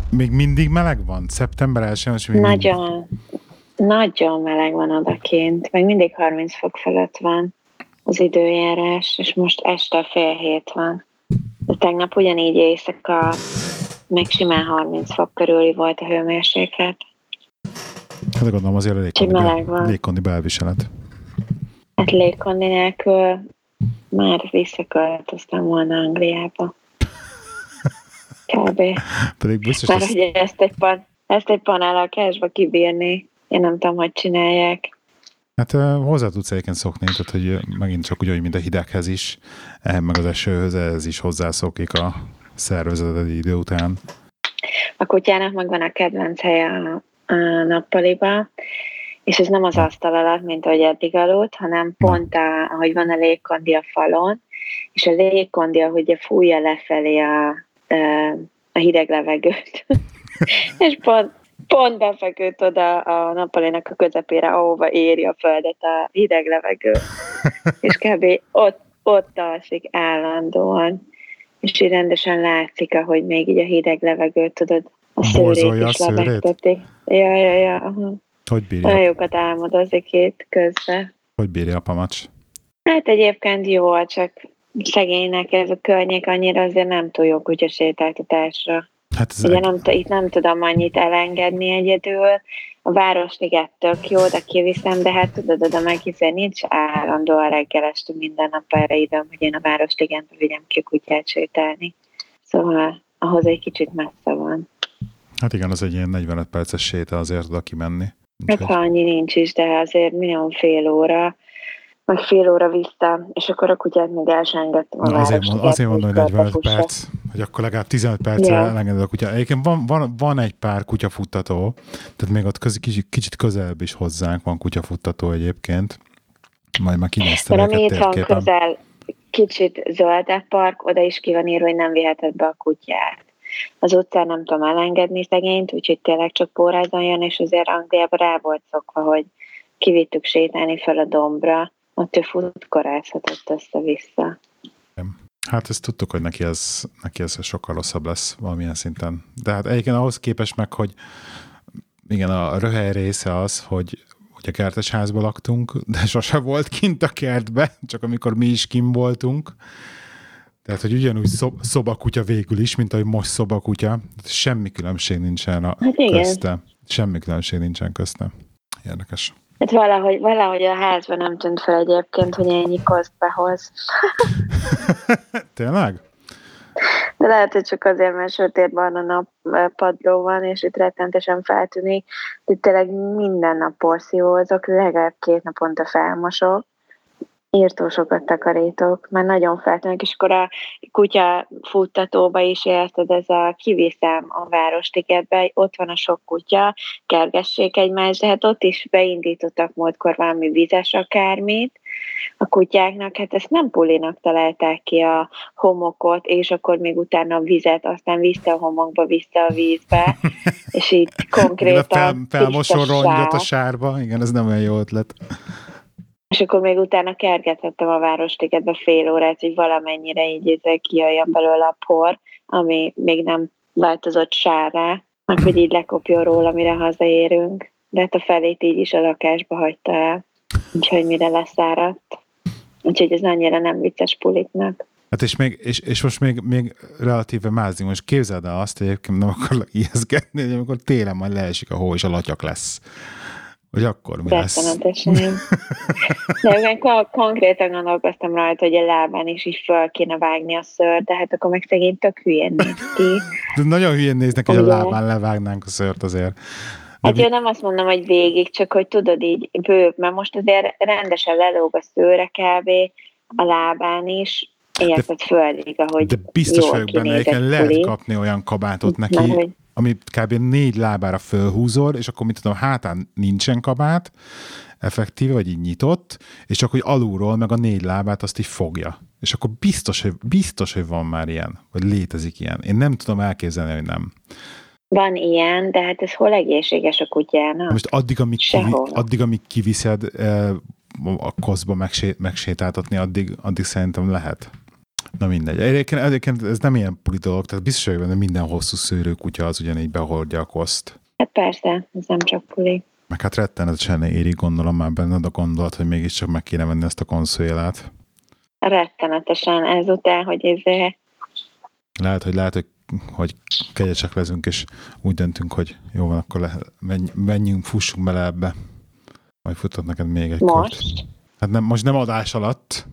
Még mindig meleg van? Szeptember 1-én, és még Nagyon, nagyon meleg van odakint. Meg mindig 30 fok fölött van az időjárás, és most este 6:30 van. De tegnap ugyanígy éjszaka meg simán 30 fok körüli volt a hőmérséklet. Hát gondolom azért légkondi belviselet. Hát légkondi nélkül már visszaköltöztem volna Angliába. Kb. Pedig biztos, mert hogy ezt egy panellakásba kibírni, én nem tudom, hogy csinálják. Hát hozzá tudsz egyébként szokni, tehát hogy megint csak úgy, mint a hideghez is, meg az esőhöz, ez is hozzászokik a szervezeted idő után. A kutyának megvan a kedvenc helye a nappaliba, és ez nem az asztal alatt, mint ahogy eddig aludt, hanem pont ahogy van a légkondi a falon, és a légkondi, ahogy fújja lefelé a hideg levegőt. És pont befeküdt oda a nappalinak a közepére, ahova éri a földet a hideg levegő. És kb. ott alszik állandóan. És így rendesen látszik, ahogy még így a hideg levegőt, tudod, a szőrét is lebegtetik. Ja. Aha. Hogy bírja? Olyan jókat álmodozik itt közben. Hogy bírja a pamacs? Hát egyébként jó, csak szegénynek ez a környék annyira azért nem túl jó kutyasétáltatásra. Hát ugye itt nem tudom annyit elengedni egyedül. A Városliget tök jó, de kiviszem, de hát tudod, oda meg hiszen nincs állandóan reggel este minden nap erre időm, hogy én a Városligetbe vigyem ki a kutyát sétálni. Szóval ahhoz egy kicsit messze van. Hát igen, az egy ilyen 45 perces séta azért oda kimenni. Hát ha annyi nincs is, de azért minimum fél óra, meg fél óra vissza, és akkor a kutyát még el sem engedtem a Városliget. Azért mondom, hogy 45 perc, hogy akkor legalább 15 percre elengeded a kutyát. Egyébként van egy pár kutyafuttató, tehát még ott kicsit közelebb is hozzánk van kutyafuttató egyébként. Majd már kinéztem őket térképen. Ami itt van közel, kicsit zöldebb park, oda is ki van írva, hogy nem viheted be a kutyát. Az utcán nem tudom elengedni szegényt, úgyhogy tényleg csak pórázon jön, és azért Angliában rá volt szokva, hogy kivittük sétálni fel a dombra, ott ő futkorázhatott össze-vissza. Hát ezt tudtuk, hogy neki ez sokkal rosszabb lesz valamilyen szinten. De hát egyébként ahhoz képest meg, hogy igen, a röhely része az, hogy a kertes házban laktunk, de sose volt kint a kertbe, csak amikor mi is kint voltunk. Tehát, hogy ugyanúgy szobakutya végül is, mint ahogy most szobakutya. Semmi különbség nincsen közte. Semmi különbség nincsen közte. Érdekes. Hát valahogy a házban nem tűnt fel egyébként, hogy ennyi koszt behoz. Tényleg? De lehet, hogy csak azért, mert sötétbarna nappadló van, és itt rettentesen feltűnik. Itt tényleg minden nap porszívózok, legalább 2 naponta felmosok. Írtó sokat takarítok, mert nagyon feltűnik, és akkor a kutya futtatóba is érted, ez a kiviszem a Városligetbe, ott van a sok kutya, kergessék egymást, de hát ott is beindítottak múltkor valami vizes akármit a kutyáknak, hát ezt nem pulinak találták ki a homokot, és akkor még utána a vizet, aztán vissza a homokba, vissza a vízbe, és így konkrétan felmosol rongyot a sárba, igen, ez nem olyan jó ötlet. És akkor még utána kergethettem a Városligetbe fél órát, hogy valamennyire így kijöjjön belőle a por, ami még nem változott sárrá, meg hogy így lekopjon róla, mire hazaérünk. De hát a felét így is a lakásba hagyta el, úgyhogy mire leszáradt. Úgyhogy ez annyira nem vicces puliknak. Hát és most még relatíve mázni. Most képzeld el azt, hogy egyébként nem akarlak ijeszgetni, hogy amikor télen majd leesik a hó, és a latyak lesz. Hogy akkor mi lesz? De konkrétan gondolkoztam rajta, hogy a lábán is így föl kéne vágni a szőrt, de hát akkor meg szegény tök hülyén néz ki. De nagyon hülyén néznek, hogy a lábán levágnánk a szőrt azért. Hát én nem azt mondom, hogy végig, csak hogy tudod így bőbb, mert most azért rendesen lelóg a szőre kb. A lábán is, érted földig, ahogy de biztos vagyok benne, egyébként lehet kapni olyan kabátot neki, ami kb. 4 lábára fölhúzol, és akkor mit tudom, hátán nincsen kabát, effektíve, vagy így nyitott, és csak hogy alulról meg a 4 lábát azt így fogja. És akkor biztos, hogy van már ilyen, vagy létezik ilyen. Én nem tudom elképzelni, hogy nem. Van ilyen, de hát ez hol egészséges a kutyának? Most addig, amíg kiviszed a koszba megsétáltatni, addig szerintem lehet. Na mindegy. Egyébként ez nem ilyen puli dolog, tehát biztos vagyok benne, minden hosszú szőrű kutya az ugyanígy behordja a koszt. Hát persze, ez nem csak puli. Meg hát rettenetesen érik, gondolom már benned a gondolat, hogy mégiscsak meg kéne venni ezt a konszolélát. Rettenetesen ezután, hogy Lehet, hogy kegyesek leszünk, és úgy döntünk, hogy jó van, akkor menjünk, fussunk bele ebbe. Majd futott neked még egy most. kört. Hát most nem adás alatt.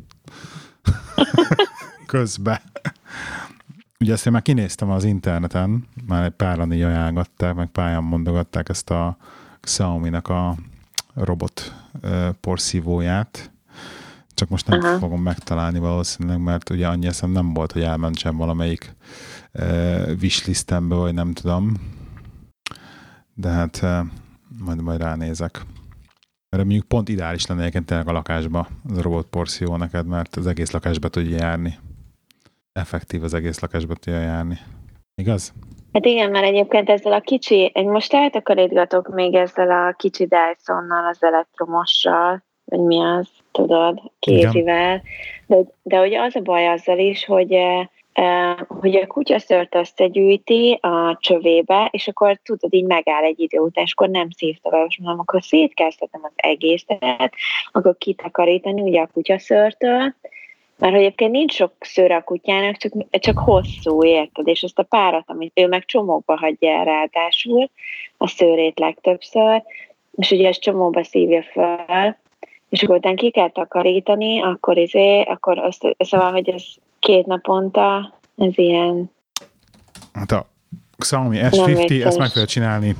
Közben. Ugye ezt én már kinéztem az interneten, már egy páran így ajánlgatták, meg pályán mondogatták ezt a Xiaomi-nak a robot porszívóját. Csak most nem fogom megtalálni valószínűleg, mert ugye annyi eszem nem volt, hogy elmentsem valamelyik wishlistembe, vagy nem tudom. De hát majd ránézek. Mert mondjuk pont ideális lenne egyébként tényleg a lakásba az a robotporszívó neked, mert az egész lakásba tudja járni. Effektív az egész lakásba tudja járni. Igaz? Hát igen, mert egyébként ezzel a kicsi, most eltakarítgatok még ezzel a kicsi Dysonnal, az elektromossal, vagy mi az, tudod, kézivel. De ugye az a baj azzal is, hogy a kutyaszőrt összegyűjti a csövébe, és akkor tudod, így megáll egy idő után, és akkor nem szív tovább, és mondom, akkor szétkeztetem az egészet, akkor kitakarítani ugye a kutyaszőrtől, mert egyébként nincs sok szőr a kutyának, csak hosszú, érted? És ezt a párat, amit ő meg csomókba hagyja el ráadásul, a szőrét legtöbbször, és ugye ezt csomóba szívja fel, és akkor utána ki kell takarítani, akkor szóval, hogy ez 2 naponta, ez ilyen... Hát a Xiaomi S50, ezt meg kell csinálni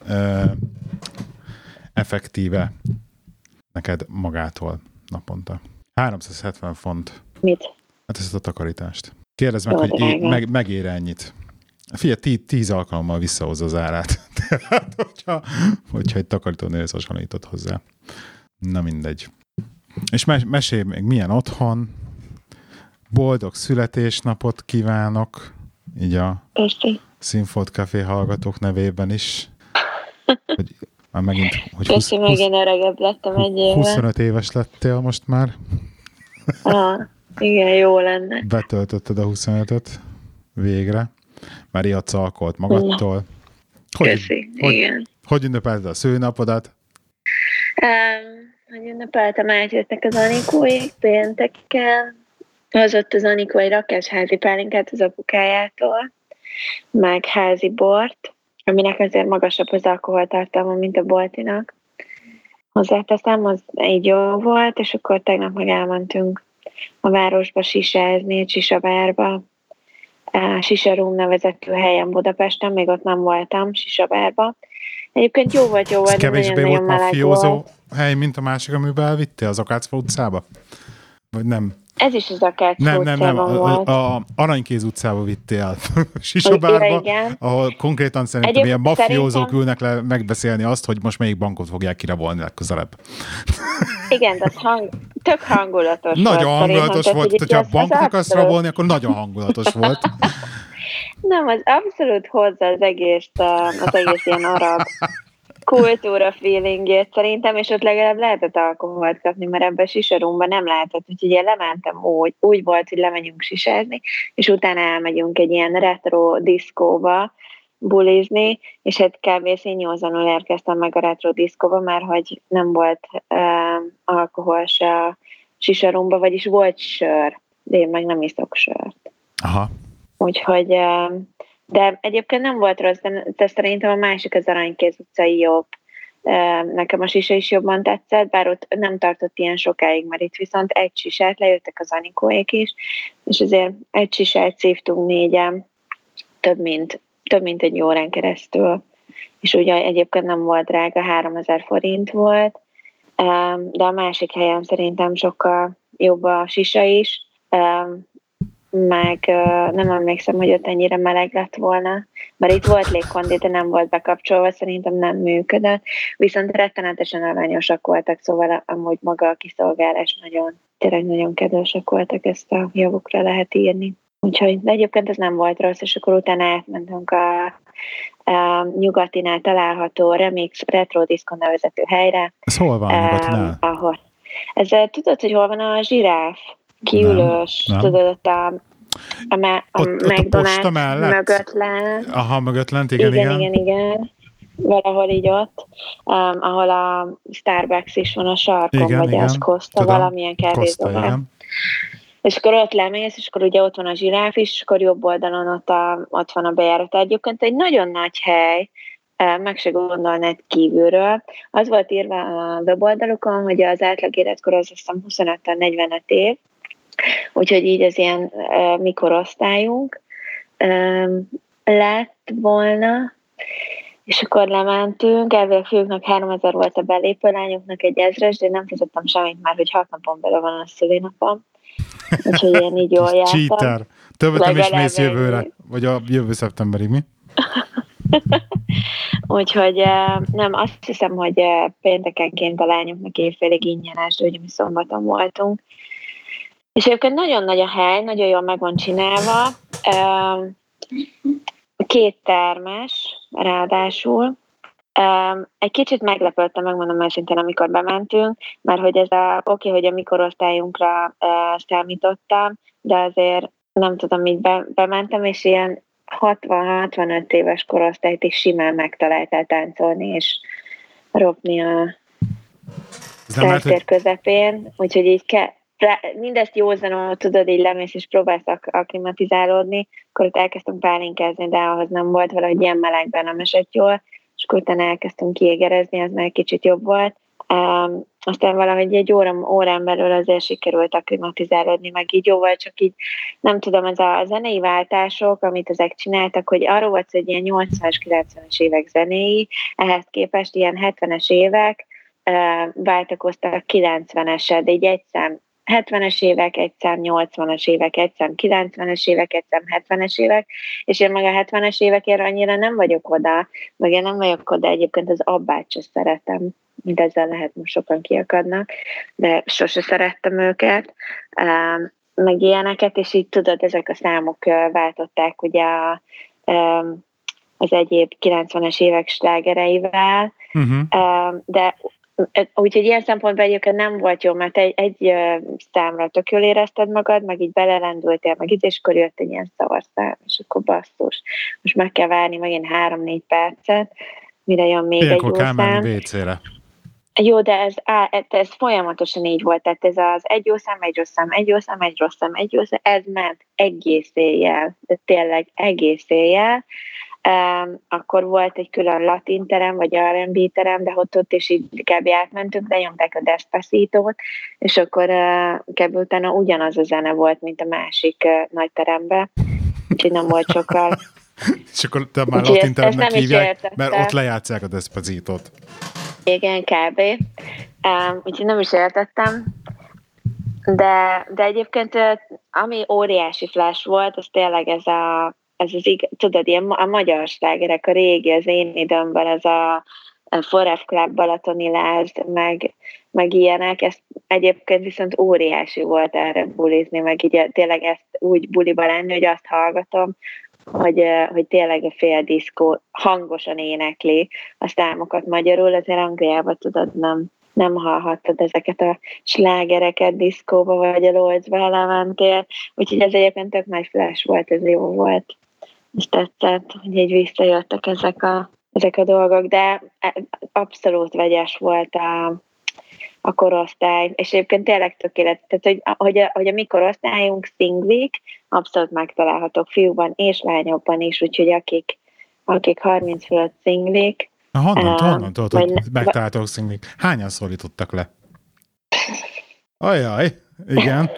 effektíve neked magától naponta. 370 font. Mit? Hát ezt a takarítást. Kérdezd meg, hogy megér ennyit. Figyelj, 10 alkalommal visszahozza az árát. Tehát, hogyha egy takarítónőhöz hasonlított hozzá. Na mindegy. És mesélj még, milyen otthon. Boldog születésnapot kívánok. Így a Színfolt Café hallgatók nevében is. Hogy már megint, hogy megint öregebb lettem egy éve. 25 éves lettél most már. Igen, jó lenne. Betöltötted a 25-öt végre. Már ilyadsz alkoholt magadtól. Köszi, igen. Hogy ünnepelted a szőnapodat? Hogy ünnepeltem, átjöttek az Anikóék pénteken. Hozott az Anikó egy rakásházi pálinkát az apukájától, meg házi bort, aminek azért magasabb az alkoholtartalma, mint a boltinak. Hozzáteszem, az így jó volt, és akkor tegnap meg elmentünk a városba sisázni, Sisabárba, Sisa Room nevezetű helyen Budapesten, még ott nem voltam, Sisabárba. Egyébként jó volt. Ez kevésbé volt mafiózó hely, mint a másik, amiben elvittél az Akácfa utcába? Vagy nem? Ez is az Akácfa utcában volt. A Aranykéz utcába vittél Sisabárba, ahol konkrétan szerintem ilyen mafiózók ülnek le megbeszélni azt, hogy most melyik bankot fogják kirabolni legközelebb. Igen, de tök hangulatos volt. Nagyon hangulatos volt. Hogyha a bankot akarsz rabolni, akkor nagyon hangulatos volt. Nem, az abszolút hozza az egész ilyen arab kultúra feelingét szerintem, és ott legalább lehetett alkoholt kapni, mert ebben a sisarumban nem lehetett, úgyhogy én lementem úgy volt, hogy lemegyünk sisázni, és utána elmegyünk egy ilyen retro diszkóba bulizni, és hát kb. Színjózanul érkeztem meg a retro diszkóba, mert hogy nem volt alkohol se a sisarumba, vagyis volt sör, de én meg nem iszok sört. Aha. Úgyhogy, de egyébként nem volt rossz, de szerintem a másik az Aranykéz utcai jobb. Nekem a sisa is jobban tetszett, bár ott nem tartott ilyen sokáig, mert itt viszont egy sisát, lejöttek az Anikóék is, és azért egy sisát szívtunk 4-en, több mint egy órán keresztül. És ugye egyébként nem volt drága, 3000 forint volt, de a másik helyen szerintem sokkal jobb a sisa is, meg nem emlékszem, hogy ott ennyire meleg lett volna, mert itt volt légkondi, de nem volt bekapcsolva, szerintem nem működött, viszont rettenetesen aranyosak voltak, szóval amúgy maga a kiszolgálás tényleg nagyon kedvesek voltak, ezt a javukra lehet írni. Úgyhogy, de egyébként ez nem volt rossz, és akkor utána átmentünk a Nyugatinál található Remix Retro Disco nevezetű helyre. Ez hol van Nyugatinál? Ahol. Tudod, hogy hol van a Zsiráf? kiülős, Nem. tudod, ott a Ott a posta McDonald's mellett? mögött lent. Aha, mögött lent, igen. Igen. Valahol így ott, ahol a Starbucks is van a sarkon, vagy az Costa, tudom. valamilyen Costa, kávézóban. igen. És akkor ott lemész, és akkor ugye ott van a zsiráf is, és akkor jobb oldalon ott van a bejárat. Egyébként egy nagyon nagy hely, meg se gondolnád kívülről. Az volt írva a weboldalukon, hogy az átlag életkor az azt hiszem 25-45 év, úgyhogy így az ilyen mikorosztályunk lett volna, és akkor lementünk, elvileg fiúknak 3000 volt a belépő, lányoknak egy 1000-es, de én nem fizettem semmit már, hogy 6 napon belül van a szülinapom. Úgyhogy én így jól jártam. Cheater. Többet nem is mész jövőre, vagy a jövő szeptemberig, mi? Úgyhogy nem, azt hiszem, hogy péntekenként a lányoknak évfélig ingyenes, de ugye mi szombaton voltunk. És egyébként nagyon nagy a hely, nagyon jól meg van csinálva. 2 termes, ráadásul. Egy kicsit meglepődtem, megmondom őszintén, amikor bementünk, mert hogy ez oké, hogy a mikorosztályunkra számítottam, de azért nem tudom, így bementem, és ilyen 60-65 éves korosztályt is simán megtaláltál táncolni, és ropni a tértér közepén, úgyhogy így mindezt józanul, tudod, így lemész és próbálsz akklimatizálódni, akkor ott elkezdtünk pálinkázni, de ahhoz nem volt, valahogy ilyen melegben nem esett jól, és akkor utána elkezdtünk kiégerezni, az már kicsit jobb volt. Aztán valahogy egy órán belül azért sikerült akklimatizálódni, meg így jó volt, csak így nem tudom, ez a zenei váltások, amit ezek csináltak, hogy arról volt, hogy ilyen 80-as, 90-es évek zenéi, ehhez képest ilyen 70-es évek váltakoztak 90-esed, de így egy szám 70-es évek, egy szám 80-as évek, egy szám 90-es évek, egy szám 70-es évek, és én meg a 70-es évekért annyira nem vagyok oda, meg én nem vagyok oda, egyébként az Abbát sem szeretem, mint ezzel lehet, most sokan kiakadnak, de sose szerettem őket, meg ilyeneket, és így tudod, ezek a számok váltották ugye az egyéb 90-es évek slágereivel, de úgyhogy ilyen szempontból egyébként nem volt jó, mert egy számra tök jól érezted magad, meg így belelendültél, meg így, és akkor jött egy ilyen szarszám, és akkor basszus. Most meg kell várni megint 3-4 percet, mire jön még ilyenkor egy jó kell szám. menni WC-re. Jó, de ez folyamatosan így volt, tehát ez az egy jó szám, egy rossz szám, egy jó szám, egy rossz szám, egy jó szám, ez ment egész éjjel, de tényleg egész éjjel. Akkor volt egy külön latin terem, vagy R&B terem, de ott is így kb. Átmentünk, lenyomták a Despacitót, és akkor kb. Utána ugyanaz a zene volt, mint a másik nagy teremben, úgyhogy nem volt sokkal. És akkor te már latin teremnek hívják, mert ott lejátszák a Despacitót. Igen, kb. Úgyhogy nem is értettem. De egyébként ami óriási flash volt, az tényleg ez tudod, ilyen a magyar slágerek, a régi, az én időmben, ez a Forever Club, Balatoni Lázd, meg ilyenek, ez egyébként viszont óriási volt erre bulizni, meg így tényleg ezt úgy buliba lenni, hogy azt hallgatom, hogy tényleg a fél diszkó hangosan énekli a számokat magyarul, azért Angliában tudod, nem hallhattad ezeket a slágereket diszkóba, vagy a Lolcba elementél, úgyhogy ez egyébként tök nagy flash volt, ez jó volt. És tetszett, hogy így visszajöttek ezek a dolgok, de abszolút vegyes volt a korosztály, és egyébként tényleg tökéletes, tehát hogy a mi korosztályunk szinglik, abszolút megtalálhatók fiúban és lányokban is, úgyhogy akik 30 fölött szinglik. Honnan tudod, hogy megtalálhatók szinglik? Hányan szólítottak le? Ajaj, igen.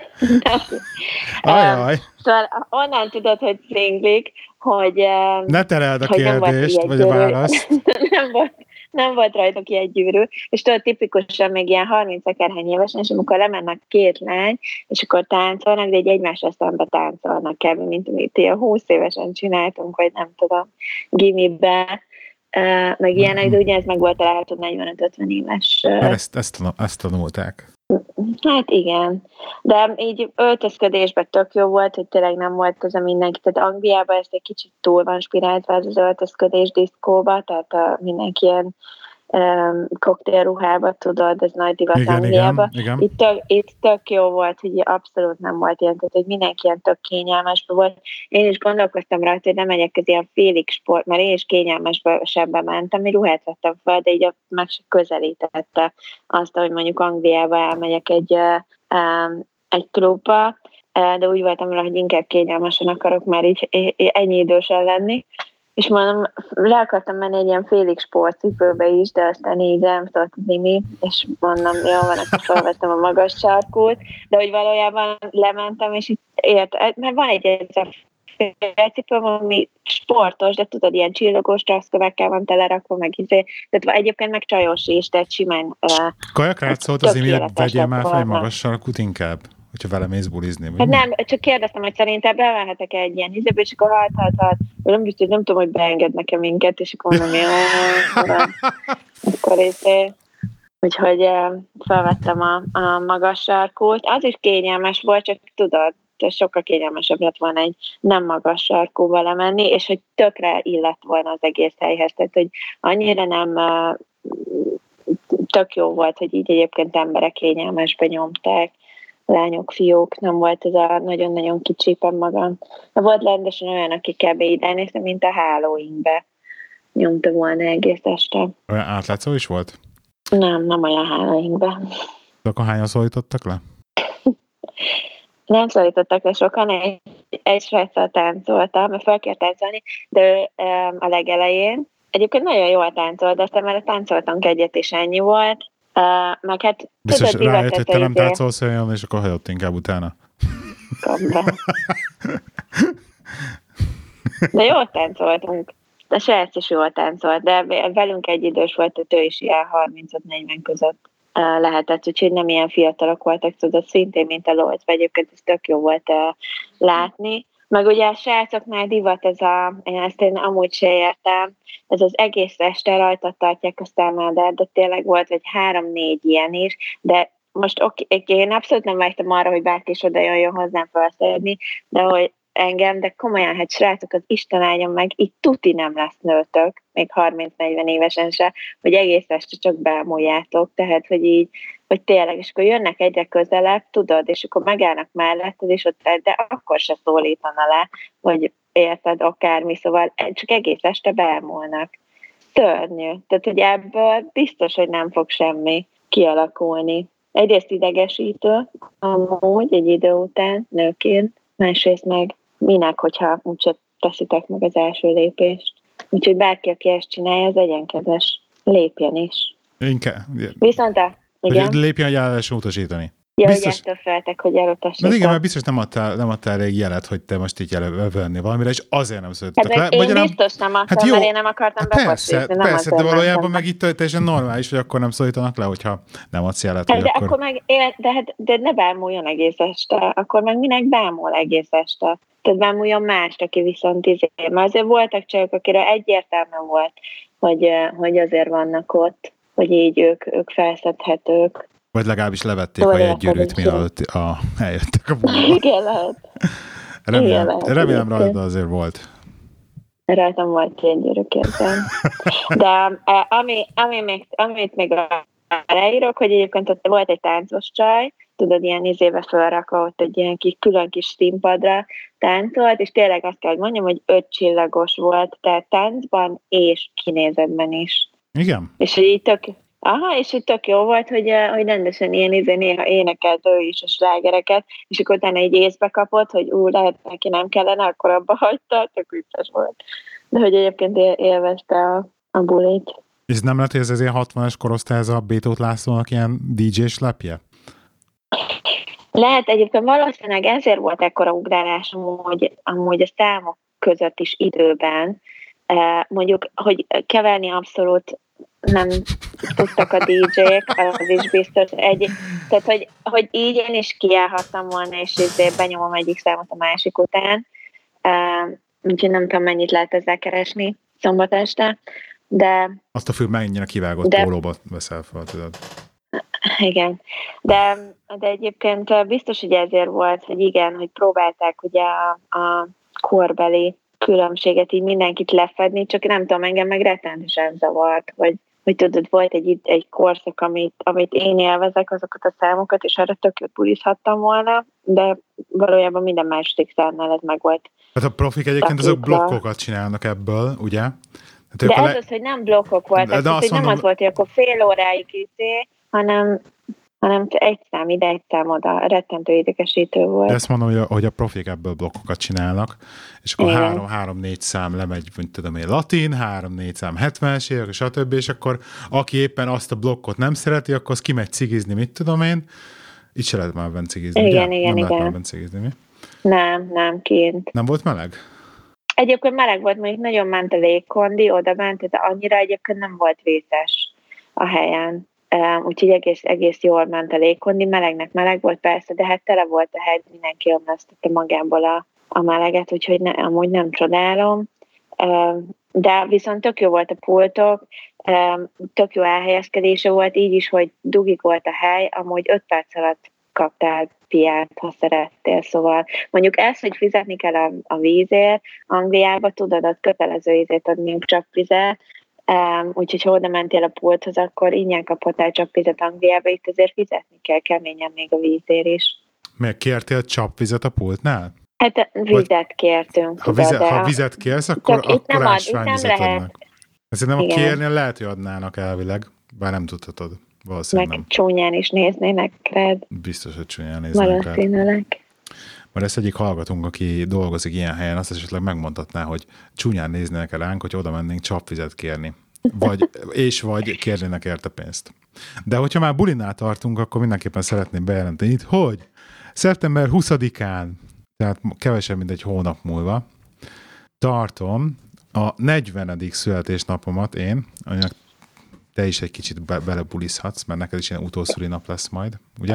Ajaj. Szóval onnan tudod, hogy szinglik, hogy... Ne tereld a kérdést, vagy a választ. Nem volt rajta ki egy gyűrű, és tudod, tipikusan még ilyen 30 akárhány évesen, és amikor lemennek 2 lány, és akkor táncolnak, de egy egymásra szembe táncolnak kb. Mint amit ilyen 20 évesen csináltunk, vagy nem tudom, gimibe, meg ilyenek, de ugye ez meg volt található 45-50 éves. Ezt tanulták. Hát igen, de így öltözködésben tök jó volt, hogy tényleg nem volt köze mindenki, tehát Angliában ez egy kicsit túl van spiráltva az öltözködés diszkóba, tehát mindenki ilyen koktélruhába, tudod, ez nagy divat Angliába. Igen. Itt tök jó volt, hogy abszolút nem volt ilyen, tehát hogy mindenki ilyen tök kényelmesben volt. Én is gondolkoztam rá, hogy nem megyek az ilyen félig sport, mert én is kényelmesebben mentem, egy ruhát vettem fel, de így meg se közelítette azt, hogy mondjuk Angliába elmegyek egy klubba, de úgy voltam rá, hogy inkább kényelmesen akarok már így ennyi idősen lenni. És mondom, le akartam menni egy ilyen félig sportcipőbe is, de aztán így nem tudott Zimi, és mondom, jó, van, akkor felvettem a magas sarkút, de hogy valójában lementem, és itt mert van egy ez a félcipőm, ami sportos, de tudod, ilyen csillogós traszkövekkel van telerakva, meg tehát egyébként meg csajos is, tehát simán Kajakrát szólt az Zimi, hogy vegyél már fel egy magas sarkút inkább, hogyha vele mész bulizni. Hát nem, csak kérdeztem, hogy szerintem bevenhetek egy ilyen izébe, és akkor hát, nem biztos, nem tudom, hogy beengednek-e minket, és akkor mondom, akkor úgyhogy felvettem a magas sarkút. Az is kényelmes volt, csak tudod, sokkal kényelmesebb lett volna egy nem magas sarkúba lemenni, és hogy tökre illett volna az egész helyhez, tehát hogy annyira nem tök jó volt, hogy így egyébként emberek kényelmesbe nyomták, lányok, fiúk, nem volt ez a nagyon-nagyon kicsipen magam. Volt rendesen olyan, aki kb. Ide nézte, mint a Halloweenbe nyomta volna egész este. Olyan átlátszó is volt? Nem olyan Halloweenbe. Akkor hányan szólítottak le? Nem szólítottak le sokan, egy sráccal táncoltam, mert fel kell táncolni, de a legelején. Egyébként nagyon jól táncolt, de aztán már táncoltunk egyet, és ennyi volt. Meg hát biztos rájött, hogy te nem táncolsz olyan, és akkor hagyott inkább utána. De jól táncoltunk. A srác is jól táncolt, de velünk egy idős volt, hogy ő is ilyen 35-40 között lehetett, úgyhogy nem ilyen fiatalok voltak, tudod, szintén, mint a Lolc, vagy egyébként ez tök jó volt látni. Meg ugye a srácoknál divat ezt én amúgy se értem, ez az egész este rajta tartják a számádat, de tényleg volt, vagy 3-4 ilyen is, de most én abszolút nem vágytam arra, hogy bárki is oda jöjjön hozzám felszedni, de hogy engem, de komolyan, hát srácok, az Isten áldjon meg, így tuti nem lesz nőtök, még 30-40 évesen se, hogy egész este csak bámuljátok, tehát, hogy így, hogy tényleg, és akkor jönnek egyre közelebb, tudod, és akkor megállnak melletted, és ott, de akkor se szólítana le, hogy érted, akármi, szóval csak egész este bámulnak. Szörnyű. Tehát, hogy ebből biztos, hogy nem fog semmi kialakulni. Egyrészt idegesítő, amúgy egy idő után nőként, másrészt meg minek, hogyha úgyse teszitek meg az első lépést. Úgyhogy bárki, aki ezt csinálja, az legyen kedves, lépjen is. Inkább. Viszont igen. Hogy lépjen, hogy el lehessen utasítani. Ja, biztos, hogy ettől feltek, hogy elutasítom. De igen, mert biztos nem adtál elég jelet, hogy te most így venni valamire, és azért nem szólítottak le. Én biztos nem adtam, hát jó, mert én nem akartam bepaszítani. Persze, de valójában meg itt teljesen normális, hogy akkor nem szólítanak le, hogyha nem adsz jelet. Hát de akkor meg, de ne bámuljon egész este, akkor meg minek bámul egész este? Tehát bámuljon mást, aki viszont mert azért voltak csajok, akire egyértelmű volt, hogy azért vannak ott, hogy így ők felszedhetők. Vagy legalábbis levették a jegygyűrűt, mielőtt eljöttek a buliba. Igen, lehet. Remélem rajta azért volt. Rajtam volt jegygyűrű, képzelem. De amit még leírok, hogy egyébként ott volt egy táncos csaj, tudod, ilyen izébe felrakva, ott egy ilyen külön kis színpadra táncolt, és tényleg azt kell, hogy mondjam, hogy 5 csillagos volt, tehát táncban és kinézetben is. Igen. És így tök jó volt, hogy rendesen néha énekelt ő is a slágereket, és akkor utána így észbe kapott, hogy lehet neki nem kellene, akkor abba hagyta, tök vicces volt. De hogy egyébként élvezte a bulit. És nem lehet, hogy ez ilyen 60-as korosztály, ez a Bétót Lászlónak ilyen DJ-s lepje? Lehet, egyébként valószínűleg ezért volt ekkora ugrálás amúgy a számok között is időben. Mondjuk, hogy keverni abszolút nem tudtak a DJ-k, az is biztos. Tehát, hogy így én is kiállhattam volna, és benyomom egyik számot a másik után. Úgyhogy nem tudom, mennyit lehet ezzel keresni szombat este, de... Azt a film mennyire kivágott pólóba veszel fel, tudod. Igen, de egyébként biztos, hogy ezért volt, hogy igen, hogy próbálták ugye a korbeli különbséget így mindenkit lefedni, csak nem tudom, engem meg rettenetesen zavart, hogy tudod, volt egy korszak, amit én élvezek, azokat a számokat, és arra tök jót bulizhattam volna, de valójában minden második számnál ez meg volt. Hát a profik egyébként azok blokkokat csinálnak ebből, ugye? Hát de ez az, hogy nem blokkok voltak, tehát, hogy nem az volt, hogy akkor fél óráig hanem egy szám ide, egy szám oda. Rettentő idegesítő volt. De ezt mondom, hogy a profik ebből blokkokat csinálnak, és akkor 3-4 szám lemegy, mint tudom én, latin, 3-4 szám 70-es évek, stb. És akkor aki éppen azt a blokkot nem szereti, akkor az kimegy cigizni, mit tudom én. Itt se lehet már benne cigizni, igen, ugye? Igen, nem lehet már benne cigizni, mi? Nem, kint. Nem volt meleg? Egyébként meleg volt, mondjuk nagyon ment a légkondi, oda ment, de annyira egyébként nem volt vészes a helyen. Úgyhogy egész jól ment a légkondi, melegnek meleg volt persze, de hát tele volt a hely, mindenki ömlesztette magából a meleget, úgyhogy amúgy nem csodálom. De viszont tök jó volt a pultok, tök jó elhelyezkedése volt, így is, hogy dugik volt a hely, amúgy 5 perc alatt kaptál piát, ha szerettél, szóval mondjuk ez, hogy fizetni kell a vízért, Angliában tudod, ott kötelező ízét adni csapvizet, úgyhogy ha oda mentél a pulthoz, akkor ingyen kaphatál csapvizet Angliába, itt azért fizetni kell keményen még a vízért is. Miért kértél csapvizet a pultnál? Hát vizet kértünk. Ha vizet kérsz, akkor ásványvizet adnak. Ezért nem a kérnél lehet, hogy adnának elvileg, bár nem tudhatod. Valószínűleg meg nem. Csúnyán is néznének rád. Biztos, hogy csúnyán néznének rád. Mert ezt egyik hallgatunk, aki dolgozik ilyen helyen, azt esetleg megmondhatná, hogy csúnyán néznének el ránk, hogy oda mennénk csapvizet kérni. Vagy kérnének érte pénzt. De hogyha már bulinál tartunk, akkor mindenképpen szeretném bejelenteni itt, hogy szeptember 20-án, tehát kevesebb, mint egy hónap múlva tartom a 40. születésnapomat én, aminek te is egy kicsit belebulizhatsz, mert neked is ilyen utószüli nap lesz majd, ugye?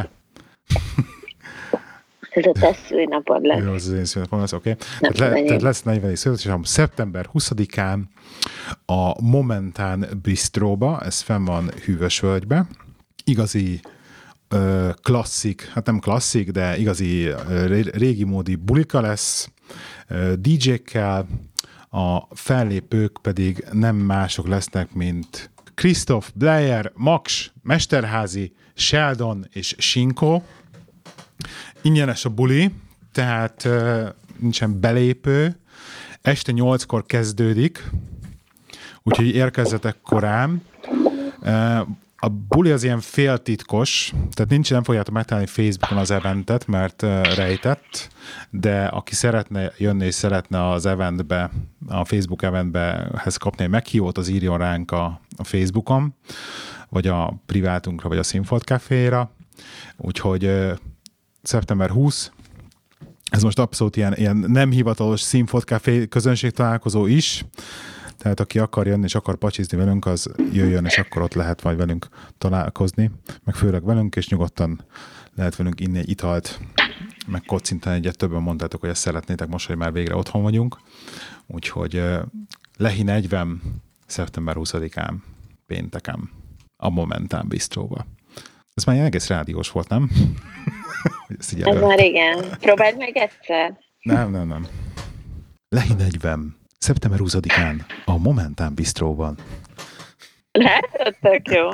Ez a te szülinapod lesz. Jó, az én szülinapom lesz, oké. Tehát lesz 40. születésnapom szeptember 20-án a Momentán Bistróba, ez fenn van Hűvösvölgybe. Igazi klasszik, hát nem klasszik, de igazi régi módi bulika lesz, DJ-kkel, a fellépők pedig nem mások lesznek, mint Christoph, Blair, Max, Mesterházi, Sheldon és Sinko. Ingyenes a buli, tehát nincsen belépő. Este 8-kor kezdődik, úgyhogy érkezzetek korán. A buli az ilyen féltitkos, tehát nem fogjátok megtalálni Facebookon az eventet, mert rejtett, de aki szeretne jönni és szeretne az eventbe, a Facebook eventbehez kapni egy meghívót, az írjon ránk a Facebookon, vagy a privátunkra, vagy a Színfolt Caféra. Úgyhogy szeptember 20, ez most abszolút ilyen nem hivatalos Színfolt Café közönségtalálkozó is, tehát aki akar jönni és akar pacsizni velünk, az jöjjön, és akkor ott lehet majd velünk találkozni, meg főleg velünk, és nyugodtan lehet velünk inni egy italt, meg kocintani egyet. Többen mondtátok, hogy ezt szeretnétek most, hogy már végre otthon vagyunk. Úgyhogy Lehi 40. szeptember 20-án, pénteken, a Momentán Bistróba. Ez már ilyen egész rádiós volt, nem? Ez már igen. Próbáld meg egyszer. Nem. Lehi 40. Szeptember 20-án a Momentán Bistróban. Lehet, tök jó.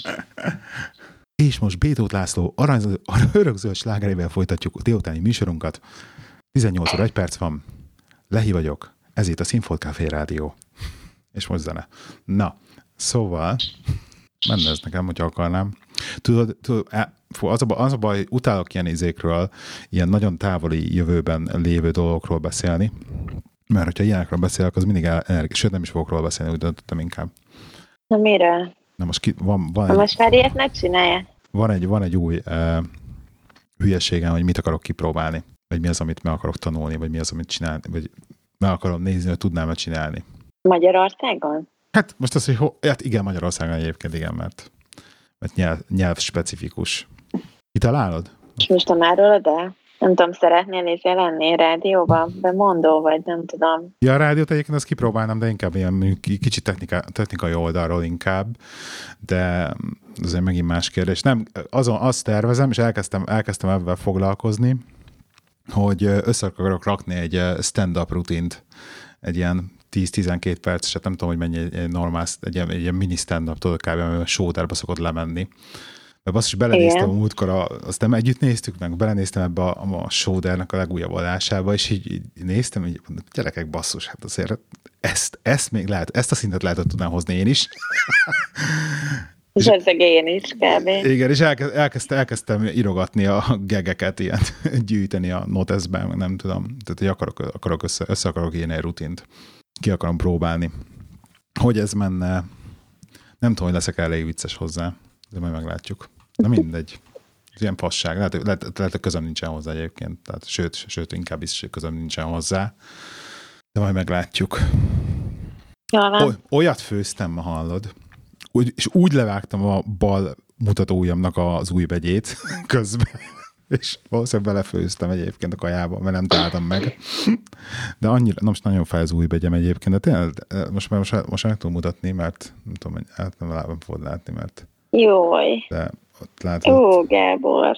És most Bétót László örökzöld slágerével folytatjuk a délutáni műsorunkat. 18 óra 1 perc van. Lehi vagyok. Ez itt a Színfolt Café Rádió. És most zene. Na, szóval menne ez nekem, hogyha akarnám. Tudod, az a baj, utálok ilyen izékről, ilyen nagyon távoli jövőben lévő dolgokról beszélni, mert hogyha ilyenekről beszélek, az mindig sőt, nem is fogok róla beszélni, úgy döntöttem inkább. Na miről? Na most van most már ilyet ne csinálja. Van egy új hülyeségem, hogy mit akarok kipróbálni, vagy mi az, amit meg akarok tanulni, vagy mi az, amit csinálni, vagy meg akarom nézni, hogy tudnám-e csinálni. Magyarországon? Hát most az, hogy hát igen, Magyarországon egyébként igen, mert nyelv specifikus. Kitalálod? És most a már de? Nem tudom, szeretnél is jelenni rádióban? Bemondó vagy, nem tudom. Ja, a rádiót egyébként azt kipróbálnám, de inkább ilyen kicsit technikai oldalról inkább, de azért megint más kérdés. Nem, azt tervezem, és elkezdtem ebben foglalkozni, hogy össze akarok rakni egy stand-up rutint, egy ilyen 10-12 perceset, nem tudom, hogy mennyi egy normál, egy ilyen mini stand-up, tudod, kb. A showterbe szokott lemenni. Mert azt is belenéztem a múltkor, azt nem együtt néztük meg, belenéztem ebbe a showdernek a legújabb adásába, és így néztem, hogy gyerekek, basszus, hát azért ezt még lehet, ezt a szintet lehetett tudnám hozni én is. És én is, kb. Igen, és elkezdtem írogatni a gegeket, ilyen, gyűjteni a noteszben, meg nem tudom. Tehát, hogy össze akarok írni egy rutint. Ki akarom próbálni. Hogy ez menne, nem tudom, hogy leszek elég vicces hozzá, de majd meglátjuk. Na mindegy. Ez ilyen fasság. Lehet, hogy közöm nincsen hozzá egyébként. Tehát, sőt, inkább is közöm nincsen hozzá. De majd meglátjuk. Olyat főztem, ma hallod. És úgy levágtam a bal mutató ujjamnak az újbegyét közben, és valószínűleg belefőztem egyébként a kajába, mert nem találtam meg. De annyira, most nagyon fáj az újbegyem egyébként, de tényleg most meg tudom mutatni, mert nem tudom, hogy nem fogod látni, mert... Jój! De ott látod, Gábor!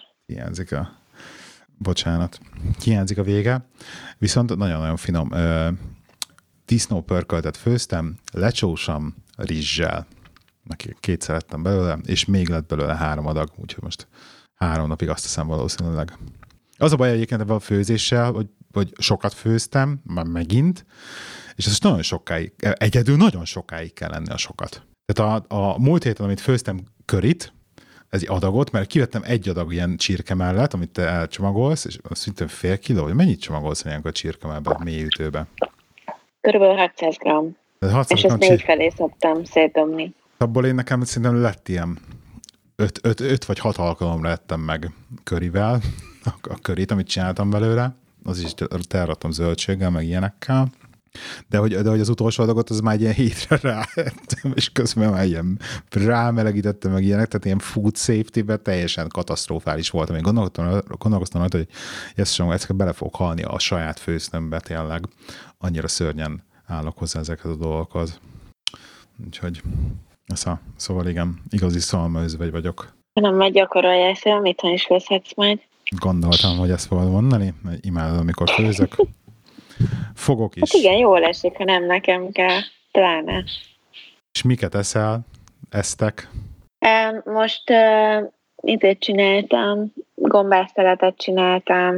Hiányzik a vége, viszont nagyon-nagyon finom. Disznópörköltet főztem, lecsósam rizssel. Kétszer ettem belőle, és még lett belőle 3 adag, úgyhogy most 3 napig azt hiszem valószínűleg. Az a baj egyébként ebben a főzéssel, hogy sokat főztem, már megint, és ez nagyon sokáig, egyedül nagyon sokáig kell lenni a sokat. Tehát a múlt héten, amit főztem körit, ez egy adagot, mert kivettem 1 adag ilyen csirke mellett, amit te elcsomagolsz, és azt szintén fél kiló, hogy mennyit csomagolsz ilyenkor a csirke mellett a mély ütőbe? Körülbelül 600 g. És ezt 4 felé szoktam szétdobni. Abból én nekem szerintem lett ilyen 5 vagy 6 alkalomra ettem meg körivel, a körit, amit csináltam belőle, az is elrattam zöldséggel, meg ilyenekkel, de hogy az utolsó adagot, az már egy ilyen hétre ráettem, és közben már ilyen rámelegítettem meg ilyenek, tehát ilyen food safety-ben teljesen katasztrofális volt. Én gondolkoztam rajta, hogy ezt bele fogok halni a saját főztömbe tényleg. Annyira szörnyen állok hozzá ezeket a dolgokhoz. Úgyhogy szóval igen, igazi szalmaözvegy vagyok. Nem megy gyakorolják, mit is főzhetsz majd? Gondoltam, hogy ezt fogod mondani, mert imádom, amikor főzök. Fogok is. Hát igen, jól esik, ha nem nekem kell, pláne. És miket esztek? Most itt csináltam, gombászteletet csináltam,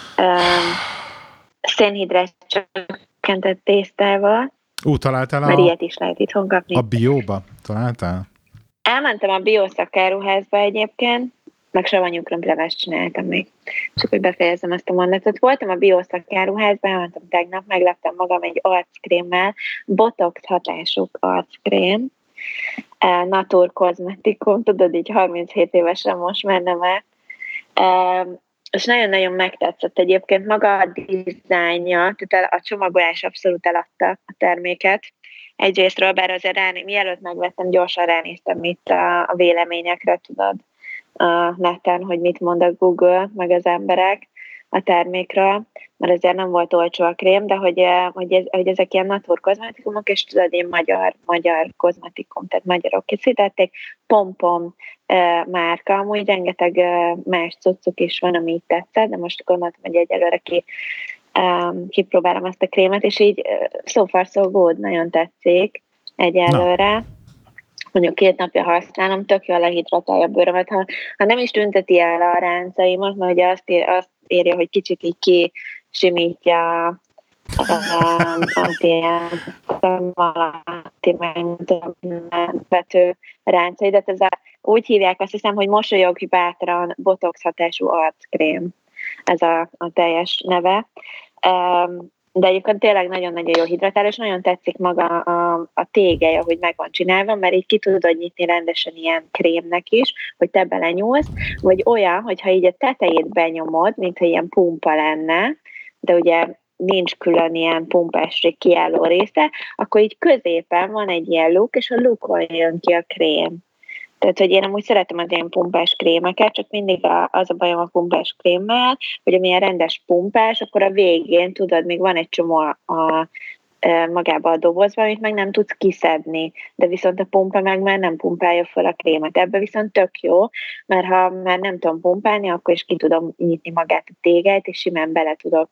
szénhidrát csökkentett tésztával. Találtál mert ilyet is lehet itthon kapni. A bióba találtál? Elmentem a bioszakáruházba egyébként, meg savanyú krömplevezt csináltam még. Csak hogy befejezem ezt a mondatot. Voltam a bioszakáruházba, elmentem tegnap, megleptem magam egy arckrémmel, botox hatású arckrém, Natur Cosmeticum, tudod, így 37 évesen most már nem és nagyon-nagyon megtetszett egyébként maga a dizájnja, tehát a csomagolás abszolút eladta a terméket. Egyrésztről, bár azért mielőtt megvettem, gyorsan ránéztem itt a véleményekre, tudod, a neten, hogy mit mond a Google, meg az emberek a termékről, mert azért nem volt olcsó a krém, de hogy ezek ilyen natur kozmetikumok, és tudod, én magyar kozmetikum, tehát magyarok készítették, Pompom márka, amúgy rengeteg más cuccuk is van, ami így tetszett, de most gondoltam, hogy egyelőre kipróbálom ezt a krémet, és így so far so good, nagyon tetszik egyelőre. Mondjuk 2 napja használom, tök jól lehidratálja a bőrömet, ha nem is tünteti el a ráncaimat, mert ugye azt írja, hogy kicsit így kisimítja az ilyen alatti vető ráncaidat. Úgy hívják, azt hiszem, hogy mosolyogj bátran botox hatású arckrém. Ez a teljes neve. De egyébként tényleg nagyon-nagyon jó hidratál, és nagyon tetszik maga a tégeje, hogy meg van csinálva, mert így ki tudod nyitni rendesen ilyen krémnek is, hogy te belenyúlsz, vagy olyan, hogyha így a tetejét benyomod, mintha ilyen pumpa lenne, de ugye nincs külön ilyen pumpás kiálló része, akkor így középen van egy ilyen luk, és a lukon jön ki a krém. Tehát, hogy én amúgy szeretem az ilyen pumpás krémeket, csak mindig az a bajom a pumpás krémmel, hogy amilyen rendes pumpás, akkor a végén, tudod, még van egy csomó magába a dobozban, amit meg nem tudsz kiszedni, de viszont a pumpa meg már nem pumpálja fel a krémet. Ebben viszont tök jó, mert ha már nem tudom pumpálni, akkor is ki tudom nyitni magát a tégelyt, és simán bele tudok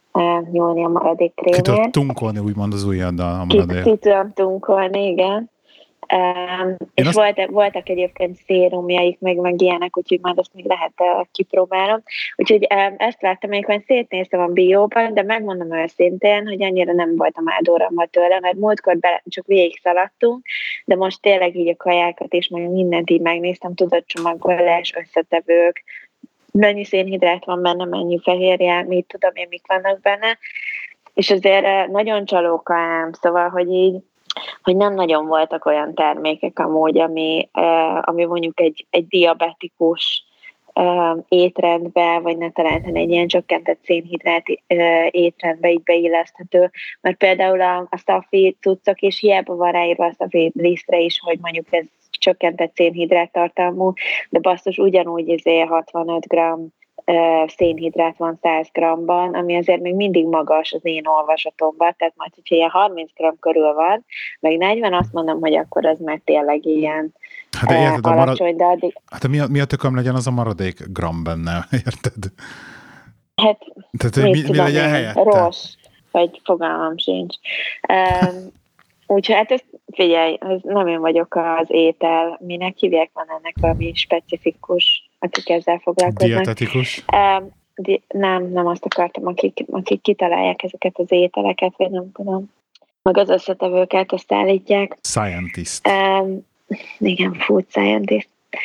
nyúlni a maradék Ki tudod krémért. tunkolni úgymond az ujjaddal a maradék. Ki tudom tunkolni, igen. És voltak egyébként szérumjaik, meg ilyenek, úgyhogy majd azt még lehet kipróbálnom. Úgyhogy ezt láttam, amikor szétnéztem a bióban, de megmondom őszintén, hogy annyira nem voltam áldórammal tőle, mert múltkor csak végig szaladtunk, de most tényleg így a kajákat és meg mindent így megnéztem, tudod, csomagolás, összetevők, mennyi szénhidrát van benne, mennyi fehérje, mit tudom én, mik vannak benne, és azért nagyon csalóka, szóval, hogy nem nagyon voltak olyan termékek amúgy, ami mondjuk egy diabetikus étrendbe, vagy ne talán egy ilyen csökkentett szénhidrát étrendbe így beilleszthető, mert például a szafi cuccok, és hiába van ráírva a szafi lisztre is, hogy mondjuk ez csökkentett szénhidrát tartalmú, de basszus ugyanúgy 65 g szénhidrát van 100 g-ban, ami azért még mindig magas az én olvasatomban, tehát majd, hogyha ilyen 30 g körül van, meg 40, azt mondom, hogy akkor az már tényleg ilyen Hát érted, alacsony, de addig... Hát mi a tököm legyen az a maradék gram benne, érted? Hát, tehát, mi legyen helyette? Rossz, vagy fogalmam sincs. Úgyhogy hát ezt figyelj, nem én vagyok az étel, minek hívják, van ennek valami specifikus, akik ezzel foglalkoznak. Dietetikus? Nem azt akartam, akik kitalálják ezeket az ételeket, vagy nem tudom. Meg az összetevőket azt állítják. Scientist. Igen, food scientist.